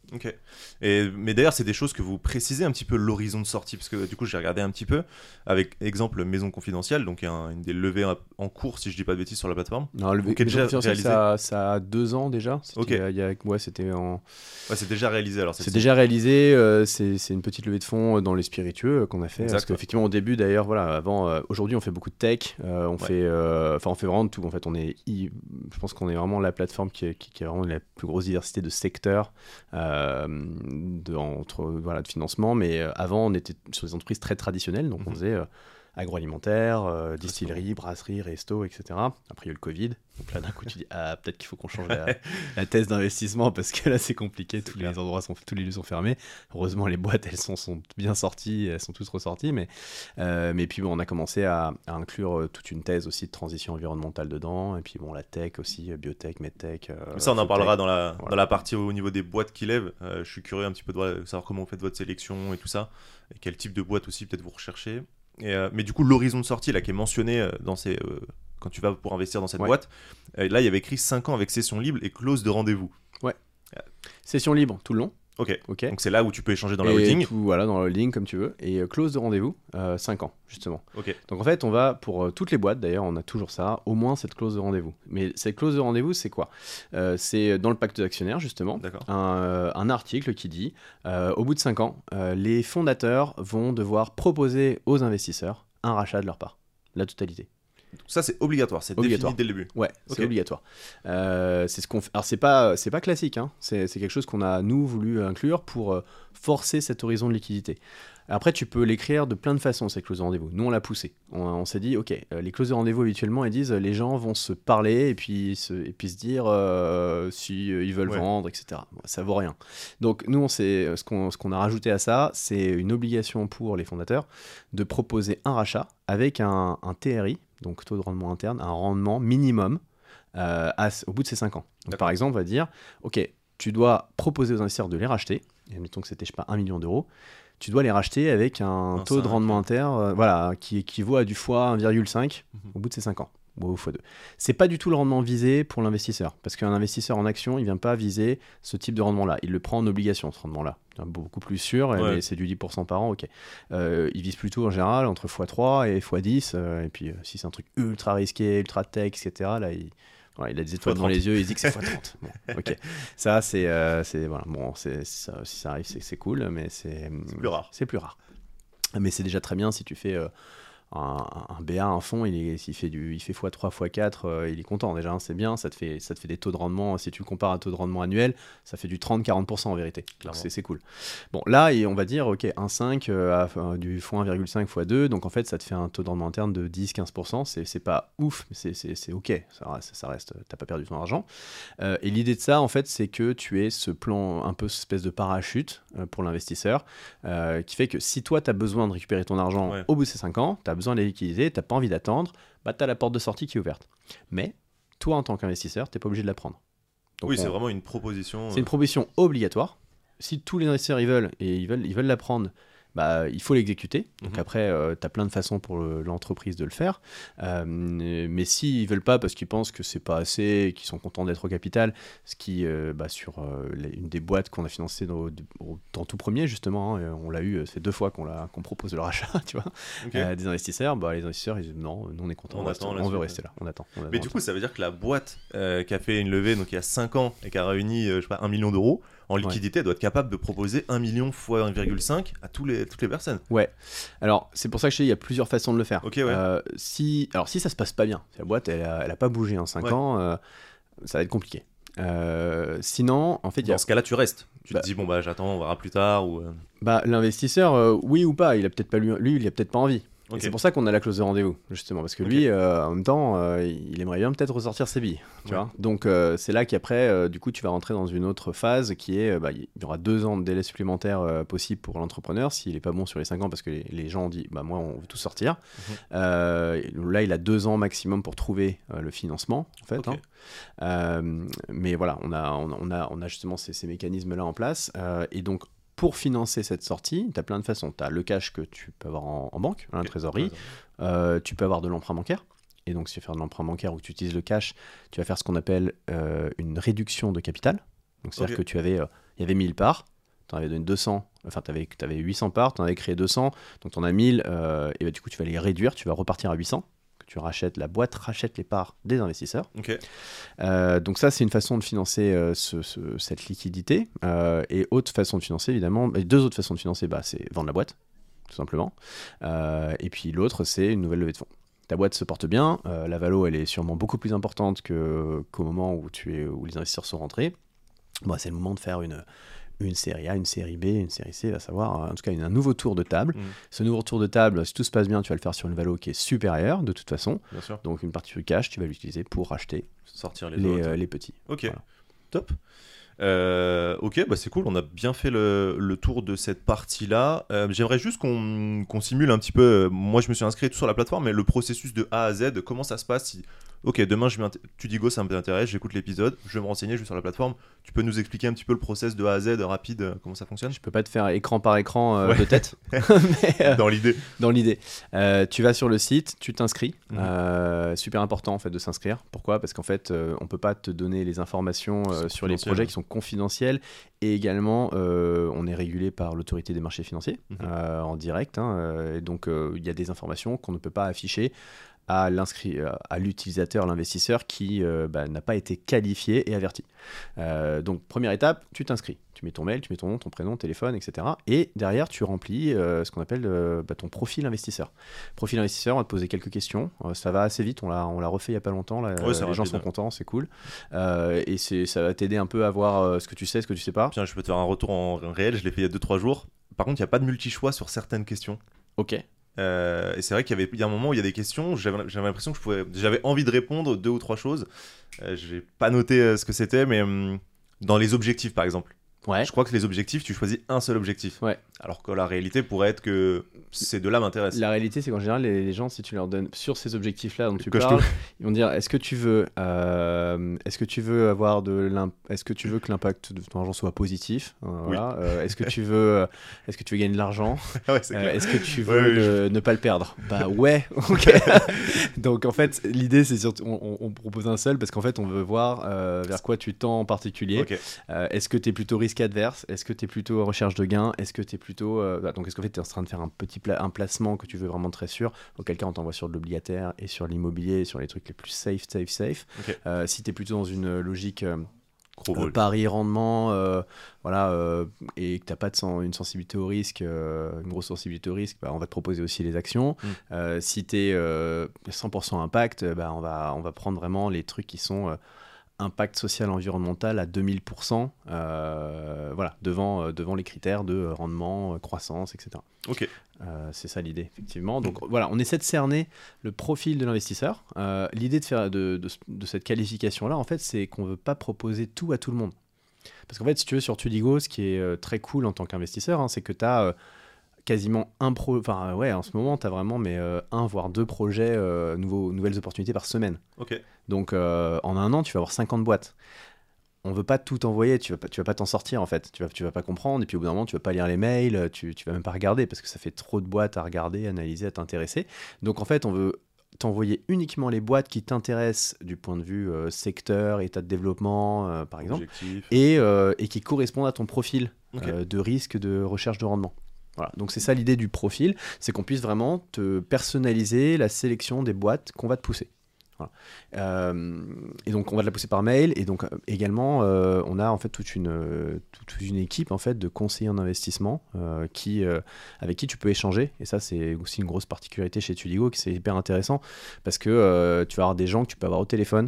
Ok. Et, mais d'ailleurs, c'est des choses que vous précisez un petit peu l'horizon de sortie, parce que du coup, j'ai regardé un petit peu, avec exemple Maison Confidentielle, donc il y a un- une des levées en cours, si je dis pas de bêtises, sur la plateforme. Non, le Donc, qui est déjà réalisé. ça, ça a deux ans déjà. C'était, Ok. il y a, ouais, c'était en... Ouais, c'est déjà réalisé alors. C'est déjà réalisé. euh, c'est, c'est une petite levée de fonds dans les spiritueux euh, qu'on a fait. Exact. Parce qu'effectivement, au début, d'ailleurs, voilà, avant, euh, aujourd'hui, on fait beaucoup de tech. Euh, on Ouais. fait, euh, enfin, on fait vraiment de tout. En fait, on est, je pense qu'on est vraiment la plateforme qui, qui, qui a vraiment la plus grosse diversité de secteurs, euh, de, entre, voilà, de financement. Mais euh, avant, on était sur des entreprises très traditionnelles. Donc, Mhm. on faisait euh, agroalimentaire, euh, distillerie, brasserie, resto, et cetera. Après, il y a eu le Covid. Donc là, d'un coup, tu dis, ah, peut-être qu'il faut qu'on change la, la thèse d'investissement parce que là, c'est compliqué. C'est tous clair. Les endroits sont, tous les lieux sont fermés. Heureusement, les boîtes, elles sont, sont bien sorties, elles sont toutes ressorties. Mais, euh, mais puis, bon, on a commencé à, à inclure euh, toute une thèse aussi de transition environnementale dedans. Et puis, bon, la tech aussi, euh, biotech, medtech. Euh, ça, on en parlera dans la, voilà. dans la partie au niveau des boîtes qui lèvent. Euh, je suis curieux un petit peu de savoir comment vous faites votre sélection et tout ça. Et quel type de boîte aussi, peut-être, vous recherchez. Et euh, mais du coup, l'horizon de sortie là, qui est mentionné euh, dans ces, euh, quand tu vas pour investir dans cette ouais. boîte, euh, là il y avait écrit cinq ans avec session libre et clause de rendez-vous. Ouais. Euh. Session libre tout le long. Ok. Okay. Donc c'est là où tu peux échanger dans la et holding. Tout, voilà, dans la holding comme tu veux. Et euh, clause de rendez-vous, euh, cinq ans justement. Ok. Donc en fait, on va, pour euh, toutes les boîtes d'ailleurs, on a toujours ça, au moins cette clause de rendez-vous. Mais cette clause de rendez-vous, c'est quoi ? euh, C'est dans le pacte d'actionnaires justement, un, euh, un article qui dit, euh, au bout de cinq ans, euh, les fondateurs vont devoir proposer aux investisseurs un rachat de leur part, la totalité. Ça c'est obligatoire, c'est obligatoire. défini dès le début. Ouais, okay. c'est obligatoire. Euh, c'est ce qu'on. F... Alors c'est pas, c'est pas classique. Hein. C'est, c'est quelque chose qu'on a nous voulu inclure pour euh, forcer cet horizon de liquidité. Après, tu peux l'écrire de plein de façons cette clause de rendez-vous. Nous, on l'a poussé. On, on s'est dit, ok, euh, les clauses de rendez-vous habituellement, elles disent, les gens vont se parler et puis se, et puis se dire euh, si euh, ils veulent ouais. vendre, et cetera. Bon, ça vaut rien. Donc nous, on s'est, ce qu'on, ce qu'on a rajouté à ça, c'est une obligation pour les fondateurs de proposer un rachat avec un, un T R I. Donc taux de rendement interne, un rendement minimum euh, à, au bout de ces cinq ans. Donc, par exemple, on va dire, ok, tu dois proposer aux investisseurs de les racheter, et admettons que c'était, je sais pas, un million d'euros, tu dois les racheter avec un, un taux cinq, de rendement interne euh, voilà, qui équivaut à du fois un virgule cinq mm-hmm. au bout de ces cinq ans. Ou fois deux. C'est pas du tout le rendement visé pour l'investisseur, parce qu'un investisseur en action, il vient pas viser ce type de rendement-là. Il le prend en obligation, ce rendement-là. Beaucoup plus sûr, ouais. mais c'est du dix pour cent par an, ok. Euh, il vise plutôt en général entre fois trois et fois dix, euh, et puis euh, si c'est un truc ultra risqué, ultra tech, et cetera, là, il, voilà, il a des étoiles dans les yeux, il dit que c'est fois trente. Bon, ok. Ça, c'est, euh, c'est, voilà, bon, c'est, ça, si ça arrive, c'est, c'est cool, mais c'est, c'est plus rare. C'est plus rare. Mais c'est déjà très bien si tu fais... Euh, Un, un B A, un fonds, il, est, il fait du, il fait fois trois, fois quatre, euh, il est content déjà, hein, c'est bien, ça te, fait, ça te fait des taux de rendement, si tu le compares à un taux de rendement annuel, ça fait du trente à quarante pour cent en vérité, donc c'est, c'est cool. Bon, là, et on va dire, ok, un virgule cinq euh, à, euh, du fonds un virgule cinq fois deux, donc en fait, ça te fait un taux de rendement interne de dix à quinze pour cent, c'est, c'est pas ouf, mais c'est, c'est, c'est ok, ça, ça reste, t'as pas perdu ton argent. Euh, et l'idée de ça, en fait, c'est que tu aies ce plan, un peu cette espèce de parachute euh, pour l'investisseur, euh, qui fait que si toi, tu as besoin de récupérer ton argent ouais. au bout de ces cinq ans, tu as besoin de les liquidités, tu n'as pas envie d'attendre, bah, tu as la porte de sortie qui est ouverte. Mais toi, en tant qu'investisseur, tu n'es pas obligé de la prendre. Donc, oui, on... c'est vraiment une proposition. C'est une proposition obligatoire. Si tous les investisseurs ils veulent, et ils veulent, ils veulent la prendre, bah, il faut l'exécuter. Donc mm-hmm. après, euh, tu as plein de façons pour le, l'entreprise de le faire. Euh, mais s'ils ne veulent pas parce qu'ils pensent que c'est pas assez, qu'ils sont contents d'être au capital, ce qui, euh, bah, sur euh, les, une des boîtes qu'on a financées dans, dans tout premier, justement, hein, on l'a eu, c'est deux fois qu'on, l'a, qu'on propose le rachat, tu vois, okay. euh, des investisseurs, bah, les investisseurs, ils disent non, nous on est contents, on, on, attend, reste, on veut rester là, on attend. On attend mais du coup, ça veut dire que la boîte euh, qui a fait une levée donc il y a cinq ans et qui a réuni, euh, je sais pas, un million d'euros, en liquidité, ouais. elle doit être capable de proposer un million fois un virgule cinq à tous les, toutes les personnes. Ouais. Alors, c'est pour ça que je dis, il y a plusieurs façons de le faire. Okay, ouais. euh, si, alors, si ça se passe pas bien, si la boîte, elle a, elle a pas bougé en cinq ouais. ans, euh, ça va être compliqué. Euh, sinon, en fait... Dans y a... ce cas-là, tu restes. Tu bah, te dis, bon, bah, j'attends, on verra plus tard. Ou... Bah, l'investisseur, euh, oui ou pas, il a peut-être pas lui, lui il a peut-être pas envie. Okay. Et c'est pour ça qu'on a la clause de rendez-vous, justement, parce que okay. lui, euh, en même temps, euh, il aimerait bien peut-être ressortir ses billes, tu ouais. vois. Donc, euh, c'est là qu'après, euh, du coup, tu vas rentrer dans une autre phase qui est, bah, il y aura deux ans de délai supplémentaire euh, possible pour l'entrepreneur s'il est pas bon sur les cinq ans, parce que les, les gens ont dit, bah moi, on veut tous sortir. Mm-hmm. Euh, là, il a deux ans maximum pour trouver euh, le financement, en fait. Okay. Hein. Euh, mais voilà, on a, on a, on a, on a justement ces, ces mécanismes-là en place, euh, et donc. Pour financer cette sortie, tu as plein de façons. Tu as le cash que tu peux avoir en, en banque, hein, okay. trésorerie. Euh, tu peux avoir de l'emprunt bancaire. Et donc, si tu veux faire de l'emprunt bancaire ou que tu utilises le cash, tu vas faire ce qu'on appelle euh, une réduction de capital. Donc, c'est-à-dire okay. que tu avais euh, il y avait mille parts, tu en avais donné deux cents, enfin tu avais, tu avais huit cents parts, tu en avais créé deux cents, donc tu en as mille, euh, et bah, du coup tu vas les réduire, tu vas repartir à huit cents. Tu rachètes, la boîte rachète les parts des investisseurs. Okay. Euh, donc ça, c'est une façon de financer euh, ce, ce, cette liquidité. Euh, et autre façon de financer, évidemment, et deux autres façons de financer, bah, c'est vendre la boîte, tout simplement. Euh, et puis l'autre, c'est une nouvelle levée de fonds. Ta boîte se porte bien, euh, la valo, elle est sûrement beaucoup plus importante que, qu'au moment où, tu es, où les investisseurs sont rentrés. Bon, c'est le moment de faire une... une série A, une série B, une série C, va savoir, en tout cas une, un nouveau tour de table. Mmh. Ce nouveau tour de table, si tout se passe bien, tu vas le faire sur une valo qui est supérieure de toute façon. Bien sûr. Donc une partie du cash, tu vas l'utiliser pour racheter sortir les, les, euh, les petits. Ok, voilà. Top. Euh, ok, bah c'est cool, on a bien fait le, le tour de cette partie-là. Euh, j'aimerais juste qu'on, qu'on simule un petit peu, moi je me suis inscrit tout sur la plateforme, mais le processus de A à Z, comment ça se passe si... Ok, demain, je tu dis go, ça m'intéresse, j'écoute l'épisode, je vais me renseigner, je vais sur la plateforme. Tu peux nous expliquer un petit peu le process de A à Z, rapide, euh, comment ça fonctionne ? Je peux pas te faire écran par écran euh, ouais. de tête. mais, euh, dans l'idée. Dans l'idée. Euh, tu vas sur le site, tu t'inscris. Mmh. Euh, super important en fait de s'inscrire. Pourquoi ? Parce qu'en fait, euh, on peut pas te donner les informations euh, sur les projets qui sont confidentiels. Et également, euh, on est régulé par l'autorité des marchés financiers mmh. euh, en direct. Hein, euh, et donc, il euh, y a des informations qu'on ne peut pas afficher à, à l'utilisateur, l'investisseur qui euh, bah, n'a pas été qualifié et averti. Euh, donc, première étape, tu t'inscris. Tu mets ton mail, tu mets ton nom, ton prénom, téléphone, et cetera. Et derrière, tu remplis euh, ce qu'on appelle euh, bah, ton profil investisseur. Profil investisseur, on va te poser quelques questions. Euh, ça va assez vite, on l'a, on l'a refait il n'y a pas longtemps. Là, ouais, les gens sont contents, c'est cool. Euh, et c'est, ça va t'aider un peu à voir euh, ce que tu sais, ce que tu sais pas. Tiens, je peux te faire un retour en réel, je l'ai fait il y a deux trois jours. Par contre, il n'y a pas de multi-choix sur certaines questions. Ok. Euh, et c'est vrai qu'il y avait il y a un moment où il y a des questions, j'avais, j'avais l'impression que je pouvais, j'avais envie de répondre deux ou trois choses. Euh, je n'ai pas noté euh, ce que c'était, mais hum, dans les objectifs par exemple. Ouais. Je crois que les objectifs, tu choisis un seul objectif. Ouais. Alors que la réalité pourrait être que ces deux-là m'intéressent. La réalité, c'est qu'en général, les, les gens, si tu leur donnes sur ces objectifs-là dont tu que parles, ils vont dire est-ce que tu veux, euh, est-ce que tu veux avoir de l'imp... est-ce que tu veux que l'impact de ton argent soit positif, euh, oui. voilà. euh, est-ce que tu veux, euh, est-ce que tu veux gagner de l'argent, ouais, c'est euh, est-ce que tu veux ouais, ne, je... ne pas le perdre. Bah ouais. Ok. Donc en fait, l'idée, c'est surtout, on, on propose un seul parce qu'en fait, on veut voir euh, vers quoi tu tends en particulier. Okay. Euh, est-ce que tu es plutôt risque adverse, est-ce que tu es plutôt en recherche de gains, est-ce que tu es plutôt euh, bah, donc est-ce qu'en fait tu es en train de faire un petit pla- un placement que tu veux vraiment très sûr, auquel cas on t'envoie sur de l'obligataire et sur l'immobilier et sur les trucs les plus safe safe safe. Okay. Euh, si tu es plutôt dans une logique euh, euh, pari rendement euh, voilà euh, et que tu n'as pas de sen- une sensibilité au risque, euh, une grosse sensibilité au risque, bah, on va te proposer aussi les actions. mm. Euh, si tu es euh, cent pour cent impact, bah, on va on va prendre vraiment les trucs qui sont euh, impact social environnemental à deux mille pour cent euh, voilà, devant, euh, devant les critères de rendement, euh, croissance, et cetera. Ok. Euh, c'est ça l'idée, effectivement. Donc mmh. voilà, on essaie de cerner le profil de l'investisseur. Euh, l'idée de, faire, de, de, de cette qualification-là, en fait, c'est qu'on ne veut pas proposer tout à tout le monde. Parce qu'en fait, si tu veux, sur Tudigo, ce qui est euh, très cool en tant qu'investisseur, hein, c'est que tu as... Euh, quasiment un pro, enfin ouais, en ce moment, tu as vraiment mais, euh, un voire deux projets, euh, nouveaux, nouvelles opportunités par semaine. Ok. Donc euh, en un an, tu vas avoir cinquante boîtes. On veut pas tout envoyer, tu vas pas, tu vas pas t'en sortir en fait, tu vas, tu vas pas comprendre, et puis au bout d'un moment, tu vas pas lire les mails, tu, tu vas même pas regarder, parce que ça fait trop de boîtes à regarder, analyser, à t'intéresser. Donc en fait, on veut t'envoyer uniquement les boîtes qui t'intéressent du point de vue euh, secteur, état de développement, euh, par exemple, et, euh, et qui correspondent à ton profil okay. euh, de risque, de recherche de rendement. Voilà. Donc c'est ça l'idée du profil, c'est qu'on puisse vraiment te personnaliser la sélection des boîtes qu'on va te pousser. Voilà. Euh, et donc on va te la pousser par mail, et donc euh, également euh, on a en fait toute une, euh, toute une équipe en fait de conseillers en investissement euh, qui, euh, avec qui tu peux échanger, et ça c'est aussi une grosse particularité chez Tudigo, qui c'est hyper intéressant parce que euh, tu vas avoir des gens que tu peux avoir au téléphone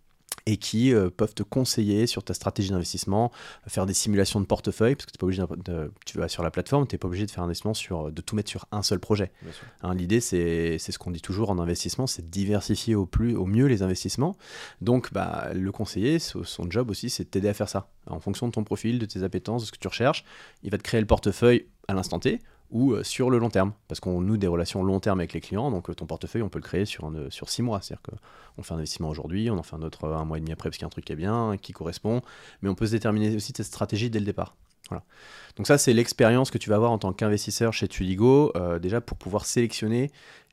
et qui euh, peuvent te conseiller sur ta stratégie d'investissement, faire des simulations de portefeuille, parce que t'es pas obligé de, de, tu vas sur la plateforme, tu n'es pas obligé de faire un investissement sur, de tout mettre sur un seul projet. Hein, l'idée, c'est, c'est ce qu'on dit toujours en investissement, c'est de diversifier au, plus, au mieux les investissements. Donc, bah, le conseiller, son job aussi, c'est de t'aider à faire ça. En fonction de ton profil, de tes appétences, de ce que tu recherches, il va te créer le portefeuille à l'instant T, ou euh, sur le long terme, parce qu'on noue des relations long terme avec les clients, donc euh, ton portefeuille, on peut le créer sur, un, euh, sur six mois, c'est-à-dire qu'on fait un investissement aujourd'hui, on en fait un autre euh, un mois et demi après, parce qu'il y a un truc qui est bien, qui correspond, mais on peut se déterminer aussi cette stratégie dès le départ. Voilà. Donc ça, c'est l'expérience que tu vas avoir en tant qu'investisseur chez Tudigo, euh, déjà pour pouvoir sélectionner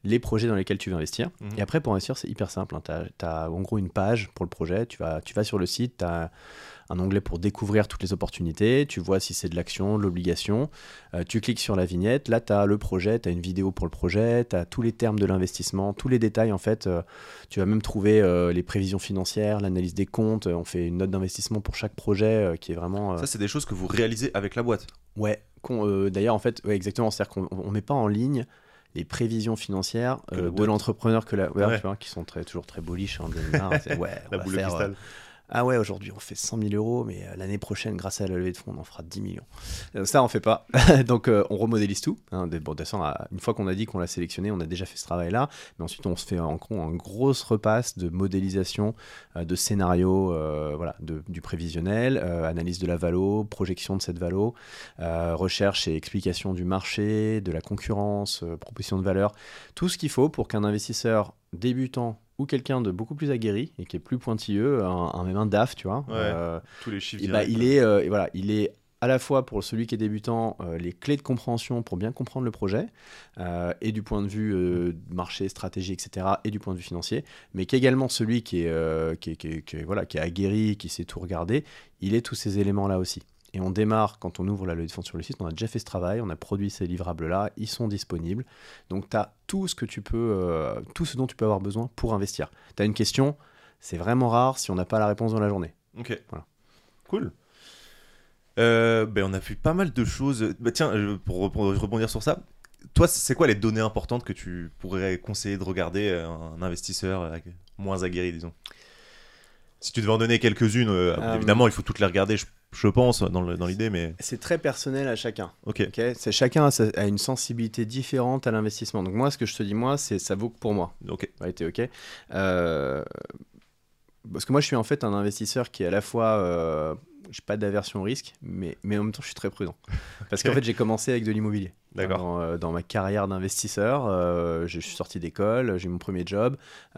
les projets dans lesquels tu veux investir. Mhm. Et après, pour investir, c'est hyper simple. Hein. Tu as en gros une page pour le projet. Tu vas, tu vas sur le site, tu as un onglet pour découvrir toutes les opportunités. Tu vois si c'est de l'action, de l'obligation. Euh, tu cliques sur la vignette. Là, tu as le projet, tu as une vidéo pour le projet, tu as tous les termes de l'investissement, tous les détails. En fait, euh, tu vas même trouver euh, les prévisions financières, l'analyse des comptes. On fait une note d'investissement pour chaque projet euh, qui est vraiment... Euh... Ça, c'est des choses que vous réalisez avec la boîte. Ouais. Euh, d'ailleurs, en fait, ouais, exactement. C'est-à-dire qu'on ne met pas en ligne les prévisions financières euh, de l'entrepreneur que la ouais, ouais. Tu vois, qui sont très, toujours très bullish hein, de, ouais, la boule de cristal. Euh, ah ouais, aujourd'hui on fait cent mille euros, mais euh, l'année prochaine, grâce à la levée de fonds, on en fera dix millions. Euh, ça, on fait pas. Donc, euh, on remodélise tout. Hein, de, bon, de toute façon, une fois qu'on a dit qu'on l'a sélectionné, on a déjà fait ce travail-là. Mais ensuite, on se fait en gros un gros repasse de modélisation, euh, de scénario, euh, voilà, de, du prévisionnel, euh, analyse de la valo, projection de cette valo, euh, recherche et explication du marché, de la concurrence, euh, proposition de valeur. Tout ce qu'il faut pour qu'un investisseur débutant ou quelqu'un de beaucoup plus aguerri et qui est plus pointilleux, un, un même un D A F, tu vois. Ouais, euh, tous les chiffres. Et bah, il est, euh, et voilà, il est à la fois pour celui qui est débutant euh, les clés de compréhension pour bien comprendre le projet euh, et du point de vue euh, marché, stratégie, et cetera et du point de vue financier, mais qu'également celui qui est, euh, qui est, qui est, qui est, voilà, qui est aguerri, qui sait tout regarder, il est tous ces éléments-là aussi. Et on démarre, quand on ouvre la levée de fonds sur le site, on a déjà fait ce travail, on a produit ces livrables-là, ils sont disponibles. Donc, tu as tout ce que tu peux, euh, tout ce dont tu peux avoir besoin pour investir. Tu as une question, c'est vraiment rare si on n'a pas la réponse dans la journée. Ok, voilà. Cool. Euh, ben on a vu pas mal de choses. Bah, tiens, pour, pour rebondir sur ça, toi, c'est quoi les données importantes que tu pourrais conseiller de regarder à un investisseur moins aguerri, disons ? Si tu devais en donner quelques-unes, euh, euh, évidemment, il faut toutes les regarder, je, je pense, dans, le, dans l'idée, mais... C'est très personnel à chacun. Ok. okay c'est, chacun a, a une sensibilité différente à l'investissement. Donc moi, ce que je te dis, moi, c'est ça vaut que pour moi. Ok. Ouais, t'es ok. Euh, parce que moi, je suis en fait un investisseur qui est à la fois... Euh, je n'ai pas d'aversion au risque, mais, mais en même temps, je suis très prudent. Parce okay. qu'en fait, j'ai commencé avec de l'immobilier. D'accord. Dans, euh, dans ma carrière d'investisseur, euh, je suis sorti d'école, j'ai eu mon premier job.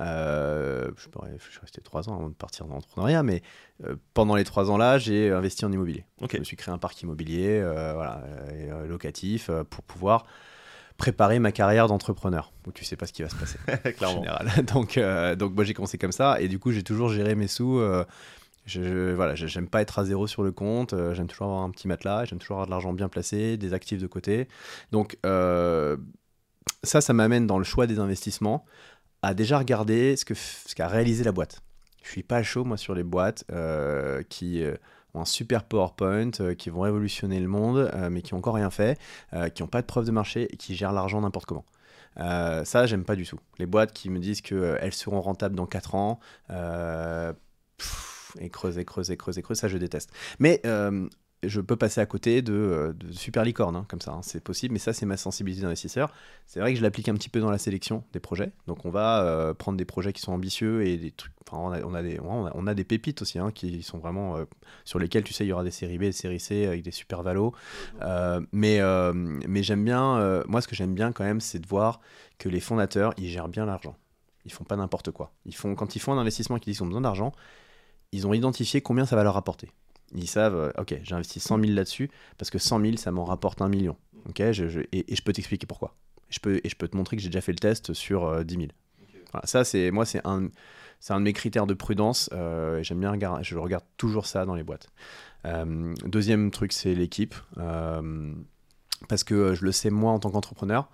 Euh, je, je suis resté trois ans avant de partir dans l'entrepreneuriat, mais euh, pendant les trois ans-là, j'ai investi en immobilier. Okay. Je me suis créé un parc immobilier euh, voilà, euh, locatif euh, pour pouvoir préparer ma carrière d'entrepreneur, où tu sais pas ce qui va se passer en général. Donc, euh, donc moi, j'ai commencé comme ça, et du coup, j'ai toujours géré mes sous. Euh, Je, je, voilà, j'aime pas être à zéro sur le compte, euh, j'aime toujours avoir un petit matelas, j'aime toujours avoir de l'argent bien placé, des actifs de côté. Donc euh, ça, ça m'amène dans le choix des investissements à déjà regarder ce, que, ce qu'a réalisé la boîte. Je suis pas chaud, moi, sur les boîtes euh, qui euh, ont un super PowerPoint, euh, qui vont révolutionner le monde, euh, mais qui n'ont encore rien fait, euh, qui n'ont pas de preuve de marché et qui gèrent l'argent n'importe comment. Euh, ça, j'aime pas du tout. Les boîtes qui me disent qu'elles euh, seront rentables dans quatre ans... Euh, pff, et creuser, creuser, creuser, creuser, ça je déteste. Mais euh, je peux passer à côté de, de super licorne, hein, comme ça, hein, c'est possible, mais ça c'est ma sensibilité d'investisseur. C'est vrai que je l'applique un petit peu dans la sélection des projets, donc on va euh, prendre des projets qui sont ambitieux et des trucs, enfin on a, on a, des, on a, on a des pépites aussi, hein, qui sont vraiment, euh, sur lesquels tu sais il y aura des séries B, des séries C avec des super valos, euh, mais, euh, mais j'aime bien, euh, moi ce que j'aime bien quand même c'est de voir que les fondateurs, ils gèrent bien l'argent, ils font pas n'importe quoi. Ils font, quand ils font un investissement qu'ils disent qu'ils ont besoin d'argent, ils ont identifié combien ça va leur rapporter. Ils savent, euh, ok, j'ai investi cent mille là-dessus, parce que cent mille, ça m'en rapporte un million. Okay, je, je, et, et je peux t'expliquer pourquoi. Je peux, et je peux te montrer que j'ai déjà fait le test sur euh, dix mille. Okay. Voilà, ça, c'est, moi, c'est un, c'est un de mes critères de prudence. Euh, et j'aime bien regarder, je regarde toujours ça dans les boîtes. Euh, deuxième truc, c'est l'équipe. Euh, parce que je le sais, moi, en tant qu'entrepreneur,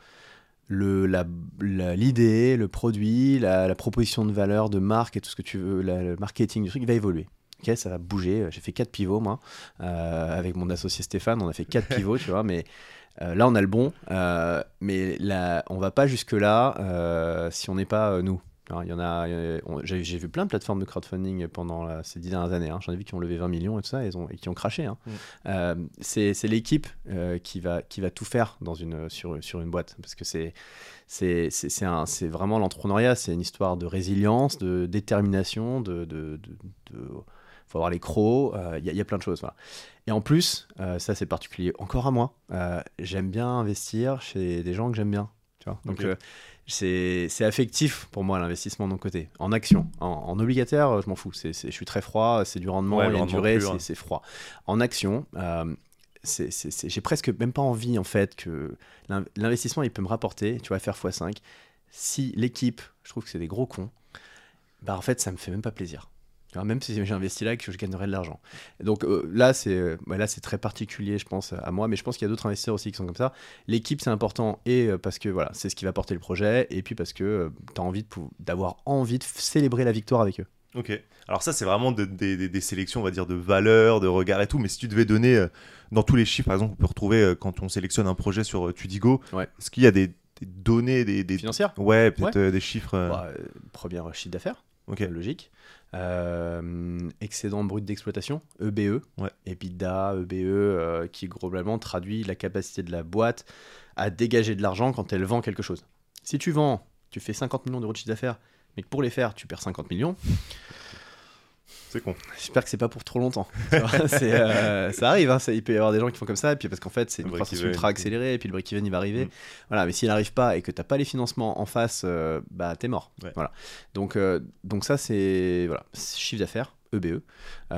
Le, la, la, l'idée, le produit, la, la proposition de valeur, de marque et tout ce que tu veux, la, le marketing du truc, il va évoluer. Okay, ça va bouger. J'ai fait quatre pivots, moi, euh, avec mon associé Stéphane. On a fait quatre pivots, tu vois, mais euh, là, on a le bon. Euh, mais là, on ne va pas jusque-là euh, si on n'est pas euh, nous. Alors, il y en a, on, j'ai, j'ai vu plein de plateformes de crowdfunding pendant là, ces dix dernières années. Hein. J'en ai vu qui ont levé vingt millions et tout ça, et, ont, et qui ont craché. Hein. Mm. Euh, c'est, c'est l'équipe euh, qui, va, qui va tout faire dans une, sur, sur une boîte. Parce que c'est, c'est, c'est, c'est, un, c'est vraiment l'entrepreneuriat. C'est une histoire de résilience, de détermination, de... de, de, de faut avoir les crocs, il euh, y, y a plein de choses. Voilà. Et en plus, euh, ça c'est particulier encore à moi, euh, j'aime bien investir chez des gens que j'aime bien. Tu vois. Donc okay. euh, c'est, c'est affectif pour moi l'investissement de mon côté. En action, en, en obligataire, je m'en fous. C'est, c'est, je suis très froid, c'est du rendement, il ouais, y a une durée, plus, c'est, hein. c'est froid. En action, euh, c'est, c'est, c'est, j'ai presque même pas envie en fait que l'investissement il peut me rapporter, tu vois, faire fois cinq. si l'équipe, je trouve que c'est des gros cons, bah en fait, ça me fait même pas plaisir. Alors, même si j'ai investi là, que je gagnerais de l'argent. Donc euh, là, c'est, euh, bah, là, c'est très particulier, je pense, à moi, mais je pense qu'il y a d'autres investisseurs aussi qui sont comme ça. L'équipe, c'est important, et euh, parce que voilà, c'est ce qui va porter le projet, et puis parce que euh, tu as envie de, pou- d'avoir envie de f- célébrer la victoire avec eux. Ok. Alors ça, c'est vraiment de- des des- des sélections, on va dire, de valeurs, de regards et tout. Mais si tu devais donner, euh, dans tous les chiffres, par exemple, on peut retrouver euh, quand on sélectionne un projet sur euh, Tudigo, Ouais. est-ce qu'il y a des, des données, des, des... Financière. Ouais, peut-être Ouais. euh, des chiffres. euh, Bah, euh, premier chiffre d'affaires. Ok. Euh, logique. Euh, excédent brut d'exploitation, E B E, Ouais. EBITDA, E B E, euh, qui globalement traduit la capacité de la boîte à dégager de l'argent quand elle vend quelque chose. Si tu vends, tu fais cinquante millions d'euros de chiffre d'affaires, mais que pour les faire, tu perds cinquante millions, C'est con. j'espère que c'est pas pour trop longtemps. Tu vois, c'est, euh, ça arrive, hein, ça- il peut y avoir des gens qui font comme ça, et puis parce qu'en fait, c'est Le une croissance break-even, ultra c'est- accélérée, et puis le break-even, il va arriver. Mm. Voilà, mais s'il n'arrive pas et que t'as pas les financements en face, euh, bah t'es mort. Ouais. Voilà. Donc, euh, donc ça, c'est voilà, c'est chiffre d'affaires, E B E.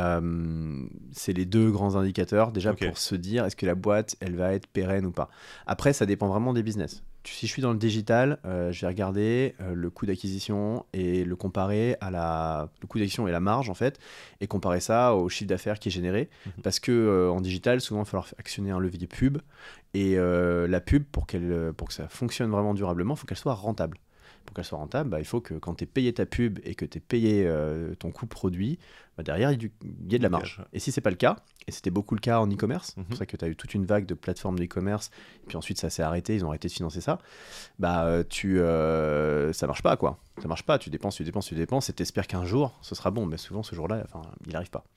Euh, c'est les deux grands indicateurs, déjà Ok. pour se dire est-ce que la boîte, elle va être pérenne ou pas. Après, ça dépend vraiment des business. Tu- Si je suis dans le digital, euh, je vais regarder euh, le coût d'acquisition et le comparer à la le coût d'acquisition et la marge en fait, et comparer ça au chiffre d'affaires qui est généré. Mhm. Parce que euh, en digital, souvent, il va falloir actionner un levier pub, et euh, la pub, pour qu'elle pour que ça fonctionne vraiment durablement, il faut qu'elle soit rentable. Pour qu'elle soit rentable, bah, il faut que quand tu aies payé ta pub et que tu aies payé euh, ton coût produit, bah, derrière, il y, ait du- il y ait de la Du marge. cash, ouais. Et si c'est pas le cas, et c'était beaucoup le cas en e-commerce, c'est Mhm. pour ça que tu as eu toute une vague de plateformes d'e-commerce, et puis ensuite ça s'est arrêté, ils ont arrêté de financer ça, bah euh, tu, euh, ça marche pas quoi. Ça marche pas, tu dépenses, tu dépenses, tu dépenses, et t'espères qu'un jour ce sera bon, mais souvent ce jour-là, enfin, il arrive pas.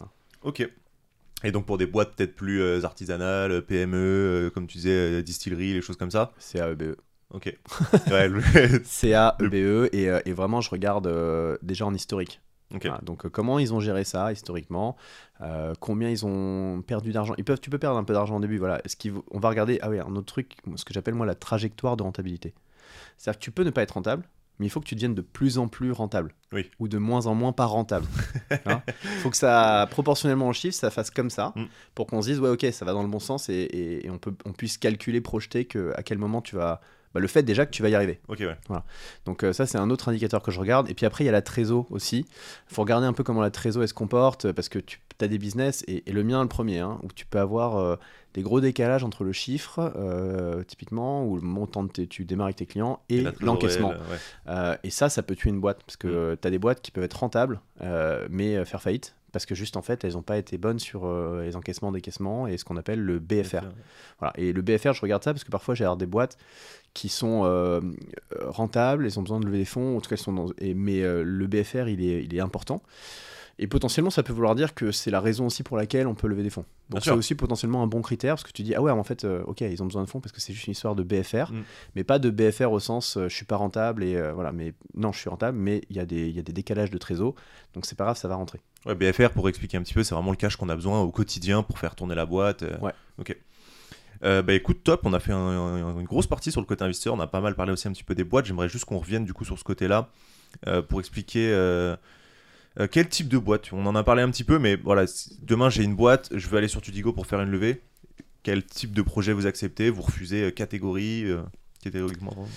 Ok. Et donc pour des boîtes peut-être plus euh, artisanales, P M E, euh, comme tu disais, euh, distillerie, les choses comme ça. C A E B E. Ok. Ouais, le- C A E B E, et, euh, et vraiment je regarde euh, déjà en historique. ok. Voilà, donc euh, comment ils ont géré ça historiquement, euh, combien ils ont perdu d'argent. Ils peuvent, tu peux perdre un peu d'argent au début. Voilà. Est-ce qu'ils vont- on va regarder, ah oui, un autre truc, ce que j'appelle moi la trajectoire de rentabilité. C'est-à-dire que tu peux ne pas être rentable, mais il faut que tu deviennes de plus en plus rentable. Oui. Ou de moins en moins pas rentable. Il faut que ça, proportionnellement au chiffre, ça fasse comme ça, Mm. pour qu'on se dise, ouais, ok, ça va dans le bon sens, et, et- et on, peut, on puisse calculer, projeter que, à quel moment tu vas... Bah, le fait déjà que tu vas y arriver. Ok, ouais. Donc euh, ça, c'est un autre indicateur que je regarde. Et puis après, il y a la trésor aussi. Il faut regarder un peu comment la trésor elle se comporte, euh, parce que tu as des business, et, et le mien le premier, hein, où tu peux avoir euh, des gros décalages entre le chiffre, euh, typiquement, ou le montant de tes, tu démarres avec tes clients, et, la trésorerie, l'encaissement. elle, ouais. Euh, et ça, ça peut tuer une boîte, parce que Mm. tu as des boîtes qui peuvent être rentables, euh, mais euh, faire faillite, parce que juste en fait, elles n'ont pas été bonnes sur euh, les encaissements, décaissements, et ce qu'on appelle le B F R. Voilà. Et le B F R, je regarde ça parce que parfois j'ai alors des boîtes qui sont euh, euh, rentables, elles ont besoin de lever des fonds, en tout cas, elles sont dans... et, mais euh, le B F R, il est, il est important. Et potentiellement, ça peut vouloir dire que c'est la raison aussi pour laquelle on peut lever des fonds. Bien Donc c'est sûr. aussi potentiellement un bon critère, parce que tu dis, ah ouais, en fait, euh, ok, ils ont besoin de fonds parce que c'est juste une histoire de B F R, Mm. mais pas de B F R au sens, euh, je suis pas rentable, et euh, voilà, mais non, je suis rentable, mais il y, a des- il y a des décalages de trésor, donc c'est pas grave, ça va rentrer. Ouais, B F R, pour expliquer un petit peu, c'est vraiment le cash qu'on a besoin au quotidien pour faire tourner la boîte. euh, Ouais. Ok. Euh, bah écoute, top, on a fait un- un- une grosse partie sur le côté investisseur, on a pas mal parlé aussi un petit peu des boîtes. J'aimerais juste qu'on revienne du coup sur ce côté-là euh, pour expliquer euh, euh, quel type de boîte. On en a parlé un petit peu, mais voilà, si demain j'ai une boîte, je veux aller sur Tudigo pour faire une levée. Quel type de projet vous acceptez? Vous refusez euh, catégorie euh, catégoriquement pardon.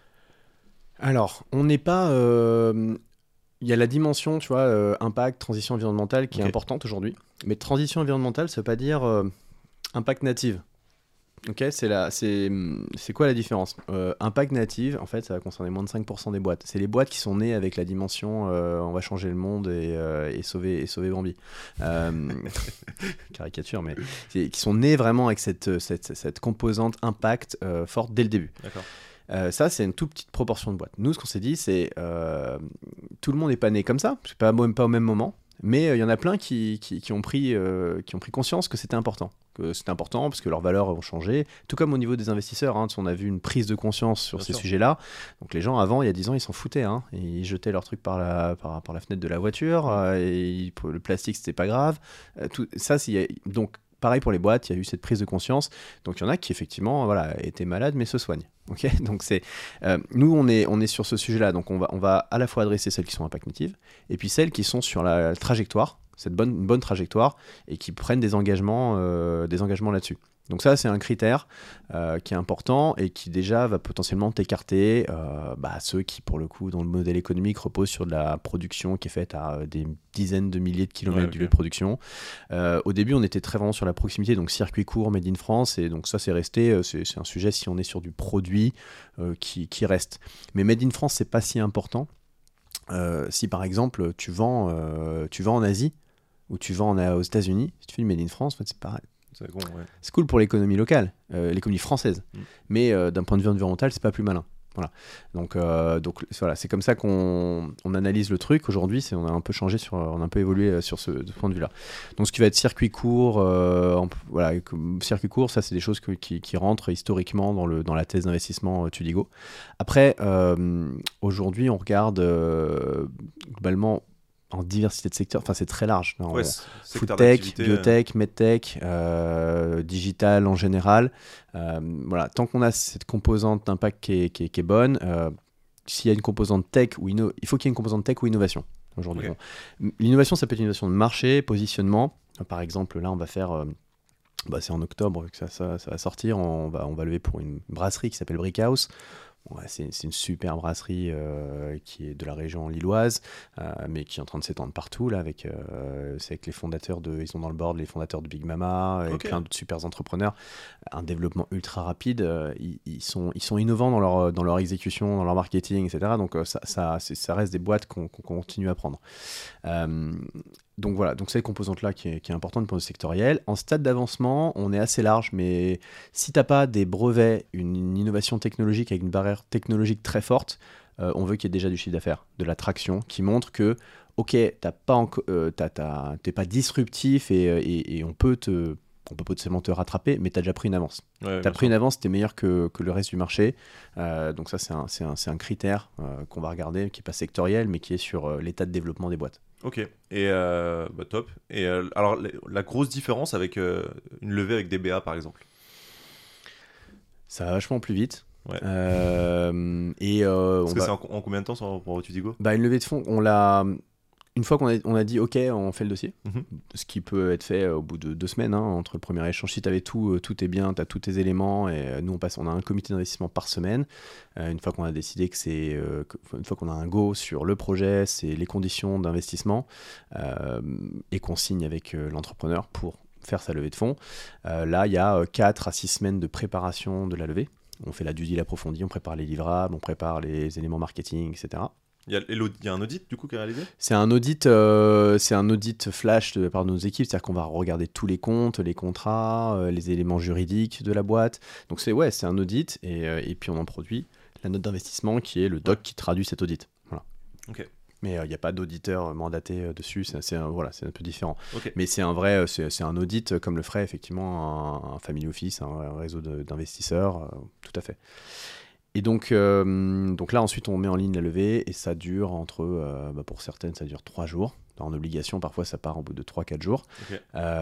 Alors, on n'est pas... euh, Il y a la dimension, tu vois, euh, impact, transition environnementale qui Ok. est importante aujourd'hui. Mais transition environnementale, ça veut pas dire euh, impact native. Ok, c'est la, c'est, c'est quoi la différence? Euh, Impact native, en fait, ça va concerner moins de cinq pour cent des boîtes. C'est les boîtes qui sont nées avec la dimension euh, on va changer le monde et, euh, et sauver et sauver Bambi. Euh, caricature, mais c'est- qui sont nées vraiment avec cette cette, cette composante impact euh, forte dès le début. D'accord. Euh, ça, c'est une toute petite proportion de boîtes. Nous, ce qu'on s'est dit, c'est euh, tout le monde n'est pas né comme ça, c'est pas même pas au même moment, mais il euh, y en a plein qui, qui, qui ont pris, euh, qui ont pris conscience que c'était important. Que c'était important parce que leurs valeurs ont changé, tout comme au niveau des investisseurs. Hein, on a vu une prise de conscience sur Bien ces sûr. sujets-là. Donc les gens, avant, il y a dix ans, ils s'en foutaient. Hein, et ils jetaient leurs trucs par la, par, par la fenêtre de la voiture, euh, et ils- le plastique, c'était pas grave. Euh, tout, ça, c'est, donc, pareil pour les boîtes, il y a eu cette prise de conscience. Donc il y en a qui, effectivement, voilà, étaient malades, mais se soignent. Okay, donc c'est, euh, nous, on est, on est sur ce sujet-là. Donc on va, on va à la fois adresser celles qui sont impact natives et puis celles qui sont sur la trajectoire. cette bonne, une bonne trajectoire et qui prennent des engagements, euh, des engagements là-dessus. Donc ça, c'est un critère euh, qui est important et qui déjà va potentiellement t'écarter euh, bah, ceux qui, pour le coup, dans le modèle économique, reposent sur de la production qui est faite à euh, des dizaines de milliers de kilomètres ouais, okay. du lieu de production. Euh, au début, on était très vraiment sur la proximité, donc circuit court, Made in France, et donc ça, c'est resté, c'est, c'est un sujet si on est sur du produit euh, qui, qui reste. Mais Made in France, c'est pas si important. Euh, si par exemple, tu vends, euh, tu vends en Asie ou tu vends en, aux États-Unis, si tu fais du Made in France, en fait, c'est pareil. C'est, bon, ouais. c'est cool pour l'économie locale, euh, l'économie française, mm. mais euh, d'un point de vue environnemental, c'est pas plus malin. Voilà. Donc, euh, donc voilà, c'est comme ça qu'on on analyse le truc. Aujourd'hui, c'est, on a un peu changé, sur, on a un peu évolué sur ce, de ce point de vue-là. Donc, ce qui va être circuit court, euh, en, voilà, circuit court, ça, c'est des choses que, qui, qui rentrent historiquement dans, le, dans la thèse d'investissement euh, Tudigo. Après, euh, aujourd'hui, on regarde euh, globalement en diversité de secteurs, enfin c'est très large. Non, ouais, Foodtech, biotech, euh... medtech, euh, digital en général. Euh, voilà, tant qu'on a cette composante d'impact qui est, qui est, qui est bonne, euh, s'il y a une composante tech ou inno... il faut qu'il y ait une composante tech ou innovation. Aujourd'hui, okay. bon. L'innovation, ça peut être une innovation de marché, positionnement. Par exemple, là, on va faire. Euh, bah, c'est en octobre que ça, ça, ça va sortir. On va, on va lever pour une brasserie qui s'appelle Brickhouse. Ouais, c'est, c'est une super brasserie euh, qui est de la région lilloise, euh, mais qui est en train de s'étendre partout là. Avec, euh, c'est avec les fondateurs de, ils sont dans le board, les fondateurs de Big Mama et okay. plein d'autres super entrepreneurs. Un développement ultra rapide. Euh, ils, ils sont, ils sont innovants dans leur, dans leur exécution, dans leur marketing, et cetera. Donc euh, ça, ça, c'est, ça reste des boîtes qu'on, qu'on continue à prendre. Euh, Donc voilà, donc c'est cette composante-là qui est, qui est importante pour le sectoriel. En stade d'avancement, on est assez large, mais si tu n'as pas des brevets, une, une innovation technologique avec une barrière technologique très forte, euh, on veut qu'il y ait déjà du chiffre d'affaires, de la traction, qui montre que, ok, t'as pas enco- euh, t'as, t'as, t'es pas disruptif et, et, et on peut te... On peut potentiellement te rattraper, mais tu as déjà pris une avance. Ouais, tu as pris sûr. une avance, tu es meilleur que, que le reste du marché. Euh, donc ça, c'est un, c'est un, c'est un critère euh, qu'on va regarder, qui n'est pas sectoriel, mais qui est sur euh, l'état de développement des boîtes. Ok, et euh, bah, top. Et euh, alors, la, la grosse différence avec euh, une levée avec D B A, par exemple? Ça va vachement plus vite. Ouais. Euh, et euh, Parce on que va... c'est en, en combien de temps ça, pour Tudigo? Bah, une levée de fonds, on l'a... Une fois qu'on a, on a dit OK, on fait le dossier, mm-hmm. ce qui peut être fait au bout de deux semaines, hein, entre le premier échange. Si tu avais tout, tout est bien, tu as tous tes éléments, et nous on passe, on a un comité d'investissement par semaine. Euh, une fois qu'on a décidé que c'est, euh, que, une fois qu'on a un go sur le projet, c'est les conditions d'investissement, euh, et qu'on signe avec euh, l'entrepreneur pour faire sa levée de fonds. Euh, là, il y a quatre à six semaines de préparation de la levée. On fait la due deal approfondie, on prépare les livrables, on prépare les éléments marketing, et cetera. Il y, a, il y a un audit du coup qui est réalisé? C'est un audit, euh, c'est un audit flash de par nos équipes, c'est-à-dire qu'on va regarder tous les comptes, les contrats, euh, les éléments juridiques de la boîte. Donc c'est ouais, c'est un audit et, euh, et puis on en produit la note d'investissement qui est le doc qui traduit cet audit. Voilà. Ok. Mais il euh, n'y a pas d'auditeur mandaté euh, dessus, c'est, c'est, un, voilà, c'est un peu différent. Okay. Mais c'est un vrai, c'est, c'est un audit comme le ferait effectivement un, un family office, un, un réseau de, d'investisseurs, euh, tout à fait. Et donc, euh, donc là, ensuite, on met en ligne la levée et ça dure entre, euh, bah pour certaines, ça dure trois jours. En obligation, parfois, ça part au bout de trois à quatre jours. Okay.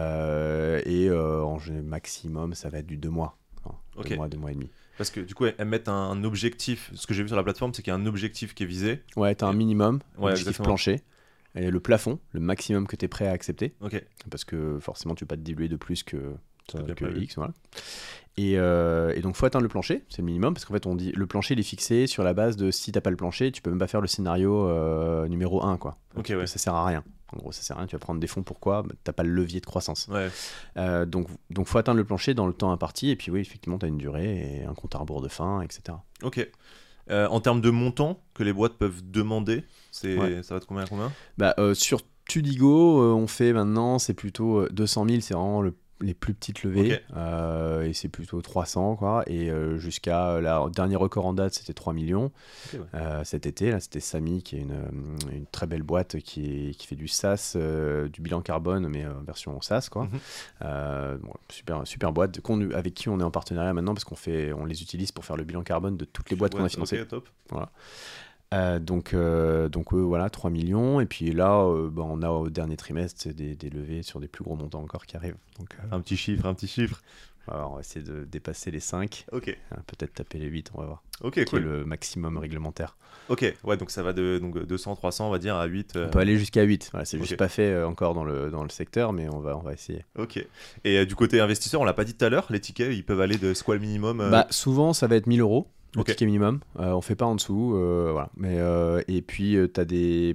Euh, et euh, en maximum, ça va être du deux mois. Hein, okay. Deux mois, deux mois et demi. Parce que du coup, elles mettent un objectif. Ce que j'ai vu sur la plateforme, c'est qu'il y a un objectif qui est visé. Ouais, tu as un minimum, ouais, objectif exactement. plancher. Et le plafond, le maximum que tu es prêt à accepter. Okay. Parce que forcément, tu ne peux pas te diluer de plus que, que, que X. Voilà. Et, euh, et donc, il faut atteindre le plancher, c'est le minimum, parce qu'en fait, on dit le plancher, il est fixé sur la base de si tu n'as pas le plancher, tu peux même pas faire le scénario euh, numéro un, quoi. Okay, ouais. Ça sert à rien. En gros, ça sert à rien, tu vas prendre des fonds, pourquoi? bah, Tu n'as pas le levier de croissance. Ouais. Euh, donc, il faut atteindre le plancher dans le temps imparti, et puis oui, effectivement, tu as une durée et un compte à rebours de fin, et cetera. Ok. Euh, en termes de montant que les boîtes peuvent demander, c'est... Ouais. ça va de combien à combien? bah, euh, Sur Tudigo, euh, on fait maintenant, c'est plutôt deux cent mille, c'est vraiment le les plus petites levées, okay. euh, et c'est plutôt trois cents, quoi, et euh, jusqu'à la dernier record en date, c'était trois millions. Okay, ouais. euh, cet été, là, c'était Samy, qui est une, une très belle boîte qui, est, qui fait du SaaS, euh, du bilan carbone, mais euh, version SaaS, quoi. Mm-hmm. euh, bon, super, super boîte qu'on, avec qui on est en partenariat maintenant, parce qu'on fait, on les utilise pour faire le bilan carbone de toutes les boîtes ouais, qu'on a financées. Okay, top. Voilà. Euh, donc, euh, donc euh, voilà, trois millions. Et puis là, euh, bah, on a au dernier trimestre des, des levées sur des plus gros montants encore qui arrivent. Donc, euh... Un petit chiffre, un petit chiffre. Alors, on va essayer de dépasser les cinq. Ok. Euh, peut-être taper les huit, on va voir. Ok, Qui cool. est le maximum réglementaire. Ok, ouais, donc ça va de donc, deux cents, trois cents, on va dire, à huit. Euh... On peut aller jusqu'à huit. Voilà, c'est juste Ok. pas fait euh, encore dans le, dans le secteur, mais on va, on va essayer. Ok. Et euh, du côté investisseur, on l'a pas dit tout à l'heure, les tickets, ils peuvent aller de c'est quoi le minimum euh... Bah, souvent, ça va être mille euros, le Ok. ticket minimum. Euh, on fait pas en dessous. Euh, voilà. Mais, euh, et puis, euh, tu as des...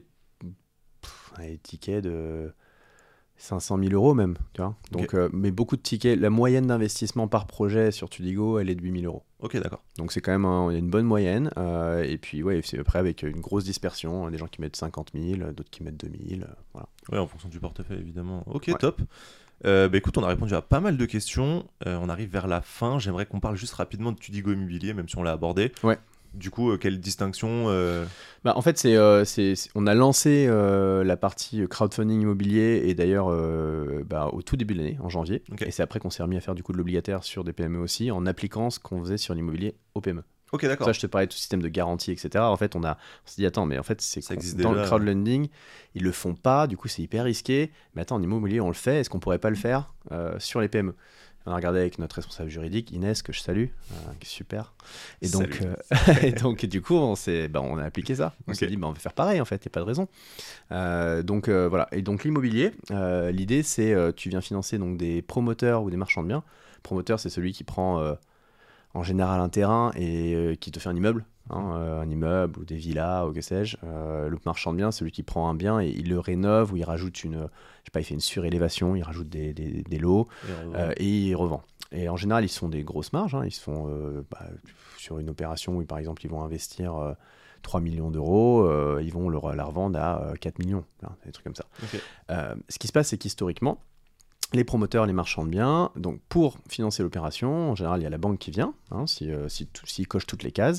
Pff, des tickets de cinq cent mille euros même. Tu vois. Donc, Ok. euh, mais beaucoup de tickets. La moyenne d'investissement par projet sur Tudigo, elle est de huit mille euros. Ok, d'accord. Donc c'est quand même un- il y a une bonne moyenne. Euh, et puis ouais, c'est après avec une grosse dispersion. Des gens qui mettent cinquante mille, d'autres qui mettent deux mille. euh, Voilà. Ouais, en fonction du portefeuille, évidemment. Ok, Ouais. top. Euh, bah écoute, on a répondu à pas mal de questions. Euh, on arrive vers la fin. J'aimerais qu'on parle juste rapidement de Tudigo Immobilier, même si on l'a abordé. Ouais. Du coup, euh, quelle distinction euh... Bah, en fait, c'est, euh, c'est, c'est- on a lancé euh, la partie crowdfunding immobilier et d'ailleurs euh, bah, au tout début de l'année, en janvier. Ok. Et c'est après qu'on s'est remis à faire du coup de l'obligataire sur des P M E aussi, en appliquant ce qu'on faisait sur l'immobilier aux P M E. Ok, d'accord. Ça, je te parlais de tout système de garantie, et cetera. En fait, on, a, on s'est dit, attends, mais en fait, c'est Ça con- existe dans déjà. le crowdlending, ils le font pas, du coup, c'est hyper risqué. Mais attends, en immobilier, on le fait, est-ce qu'on pourrait pas le faire euh, sur les P M E? On a regardé avec notre responsable juridique, Inès, que je salue, euh, qui est super. Et donc, Salut. euh, et donc du coup, on, s'est, bah, on a appliqué ça. On Ok. s'est dit, bah, on va faire pareil, en fait, il n'y a pas de raison. Euh, donc, euh, voilà. Et donc, l'immobilier, euh, l'idée, c'est euh, tu viens financer donc, des promoteurs ou des marchands de biens. Promoteur, c'est celui qui prend euh, en général un terrain et euh, qui te fait un immeuble. Hein, euh, un immeuble ou des villas ou que sais-je. Euh, le marchand de biens, c'est celui qui prend un bien et il le rénove ou il rajoute une, je sais pas, il fait une surélévation, il rajoute des, des, des lots Et, euh, euh, et il revend. Et en général, ils se font des grosses marges. Hein, ils se font euh, bah, sur une opération où par exemple ils vont investir euh, trois millions d'euros, euh, ils vont le, la revendre à euh, quatre millions, hein, des trucs comme ça. Ok. Euh, ce qui se passe, c'est qu'historiquement, les promoteurs, les marchands de biens, donc pour financer l'opération, en général, il y a la banque qui vient, hein, si, euh, si, tout- s'il coche toutes les cases,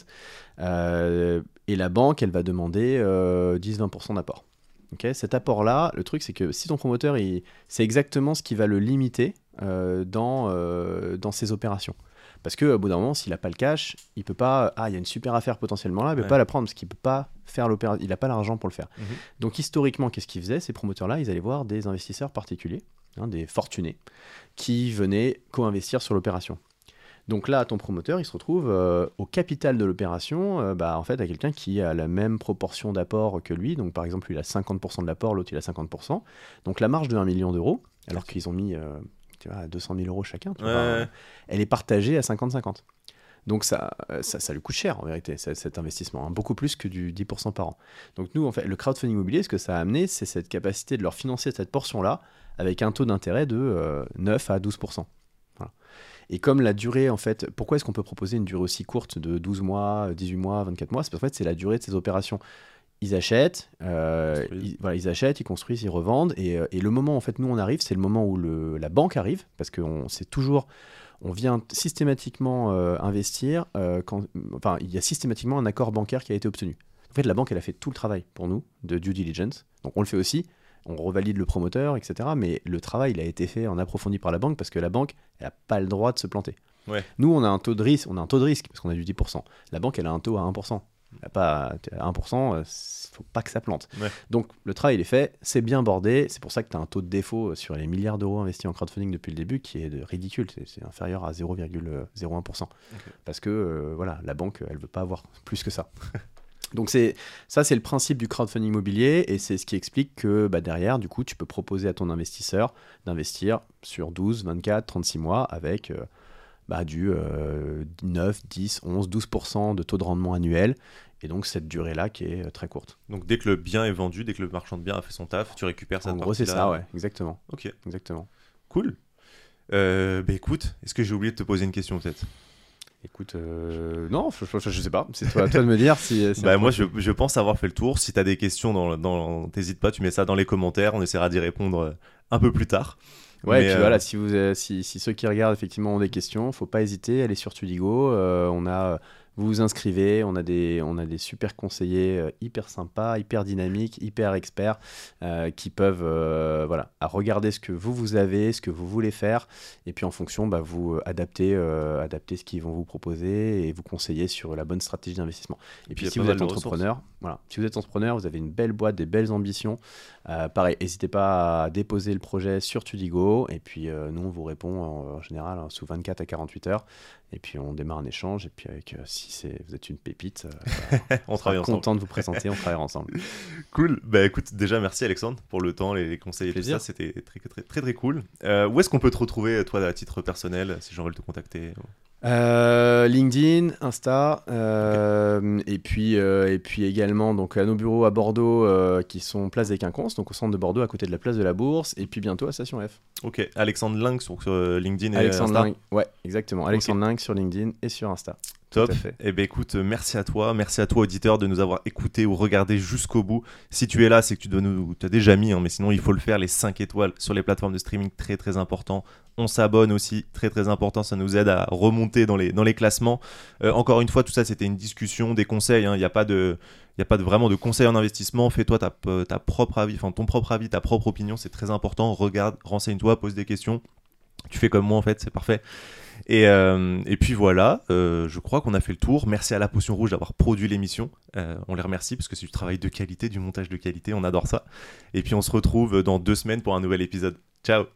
euh, et la banque, elle va demander euh, dix à vingt pour cent d'apport. Ok, cet apport-là, le truc, c'est que si ton promoteur, il, c'est exactement ce qui va le limiter euh, dans, euh, dans ses opérations. Parce qu'au bout d'un moment, s'il n'a pas le cash, il peut pas. Ah, il y a une super affaire potentiellement là, il ne peut Ouais. pas la prendre parce qu'il peut pas faire l'opération. Il n'a pas l'argent pour le faire. Mhm. Donc historiquement, qu'est-ce qu'ils faisaient? Ces promoteurs-là, ils allaient voir des investisseurs particuliers, hein, des fortunés, qui venaient co-investir sur l'opération. Donc là, ton promoteur, il se retrouve euh, au capital de l'opération, euh, bah, en fait, à quelqu'un qui a la même proportion d'apport que lui. Donc par exemple, lui, il a cinquante pour cent de l'apport, l'autre, il a cinquante pour cent. Donc la marge de un million d'euros, alors qu'ils ont mis euh, tu vois, deux cent mille euros chacun, tu Ouais, vois, ouais. euh, elle est partagée à cinquante cinquante. Donc ça, euh, ça, ça lui coûte cher en vérité, ça- cet investissement, hein, beaucoup plus que du dix pour cent par an. Donc nous, en fait, le crowdfunding immobilier, ce que ça a amené, c'est cette capacité de leur financer cette portion-là avec un taux d'intérêt de euh, neuf à douze pour cent. Voilà. Et comme la durée, en fait, pourquoi est-ce qu'on peut proposer une durée aussi courte de douze mois, dix-huit mois, vingt-quatre mois? C'est parce qu'en fait, c'est la durée de ces opérations. Ils achètent, euh, Construisent. ils, voilà, ils achètent, ils construisent, ils revendent. Et, euh, et le moment, en fait, nous, on arrive, c'est le moment où le, la banque arrive, parce qu'on c'est toujours... On vient systématiquement euh, investir euh, quand, enfin, il y a systématiquement un accord bancaire qui a été obtenu. En fait, la banque, elle a fait tout le travail pour nous de due diligence. Donc, on le fait aussi. On revalide le promoteur, et cetera. Mais le travail, il a été fait en approfondi par la banque parce que la banque, elle n'a pas le droit de se planter. Ouais. Nous, on a un taux de risque, on a un taux de risque parce qu'on a du dix pour cent. La banque, elle a un taux à un pour cent. Elle a pas à un pour cent, il ne faut pas que ça plante. Ouais. Donc, le travail, il est fait, c'est bien bordé. C'est pour ça que tu as un taux de défaut sur les milliards d'euros investis en crowdfunding depuis le début qui est de ridicule. C'est, c'est inférieur à zéro virgule zéro un pour cent. Ok. Parce que euh, voilà, la banque, elle ne veut pas avoir plus que ça. Donc c'est, ça, c'est le principe du crowdfunding immobilier et c'est ce qui explique que bah, derrière, du coup, tu peux proposer à ton investisseur d'investir sur douze, vingt-quatre, trente-six mois avec euh, bah, du euh, neuf, dix, onze, douze pour cent de taux de rendement annuel. Et donc cette durée-là qui est euh, très courte. Donc dès que le bien est vendu, dès que le marchand de biens a fait son taf, tu récupères cette En gros, c'est partie-là. ça, ouais, exactement. Ok, exactement. cool. Euh, bah écoute, est-ce que j'ai oublié de te poser une question peut-être? Écoute, euh, non, je, je, je sais pas. C'est toi, à toi de me dire si. si Bah on moi peut- je, je pense avoir fait le tour. Si t'as des questions, dans, dans, t'hésites pas, tu mets ça dans les commentaires, on essaiera d'y répondre euh, un peu plus tard. Ouais, Mais, et puis euh, voilà, si, vous, euh, si, si ceux qui regardent effectivement ont des questions, faut pas hésiter, allez sur Tudigo. Euh, on a vous vous inscrivez, on a des, on a des super conseillers euh, hyper sympas, hyper dynamiques, hyper experts, euh, qui peuvent euh, voilà, à regarder ce que vous, vous avez, ce que vous voulez faire, et puis en fonction, bah, vous euh, adaptez, euh, adaptez ce qu'ils vont vous proposer et vous conseiller sur la bonne stratégie d'investissement. Et, et puis, puis si vous êtes entrepreneur, voilà, si vous êtes entrepreneur, vous avez une belle boîte, des belles ambitions, euh, pareil, n'hésitez pas à déposer le projet sur Tudigo, et puis euh, nous, on vous répond en, en général hein, sous vingt-quatre à quarante-huit heures. Et puis on démarre un échange, et puis avec, euh, si c'est, vous êtes une pépite, euh, bah, on, on sera content ensemble de vous présenter, on travaillera ensemble. Cool, bah écoute, déjà merci Alexandre pour le temps, les, les conseils et tout ça, c'était très très très très cool. Euh, où est-ce qu'on peut te retrouver toi à titre personnel, si j'en veux te contacter? Euh, LinkedIn, Insta, euh, okay. et puis euh, et puis également donc à nos bureaux à Bordeaux euh, qui sont place des Quinconces, donc au centre de Bordeaux à côté de la place de la Bourse, et puis bientôt à Station F. Ok, Alexandre Linck sur euh, LinkedIn et Alexandre Insta. Linck, ouais, exactement. Alexandre okay. Linck sur LinkedIn et sur Insta. Top. Et eh ben écoute, merci à toi, merci à toi auditeur de nous avoir écoutés ou regardés jusqu'au bout. Si tu es là, c'est que tu dois nous, tu as déjà mis, hein, mais sinon il faut le faire. Les cinq étoiles sur les plateformes de streaming, très très important. On s'abonne aussi, très très important. Ça nous aide à remonter dans les dans les classements. Euh, encore une fois, tout ça c'était une discussion, des conseils. Il hein, n'y a pas de il y a pas de, vraiment de conseils en investissement. Fais-toi ta ta propre avis, enfin ton propre avis, ta propre opinion, c'est très important. Regarde, renseigne-toi, pose des questions. Tu fais comme moi en fait, c'est parfait. Et, euh, et puis voilà, euh, je crois qu'on a fait le tour. Merci à la Potion Rouge d'avoir produit l'émission. Euh, on les remercie parce que c'est du travail de qualité, du montage de qualité. On adore ça. Et puis on se retrouve dans deux semaines pour un nouvel épisode. Ciao!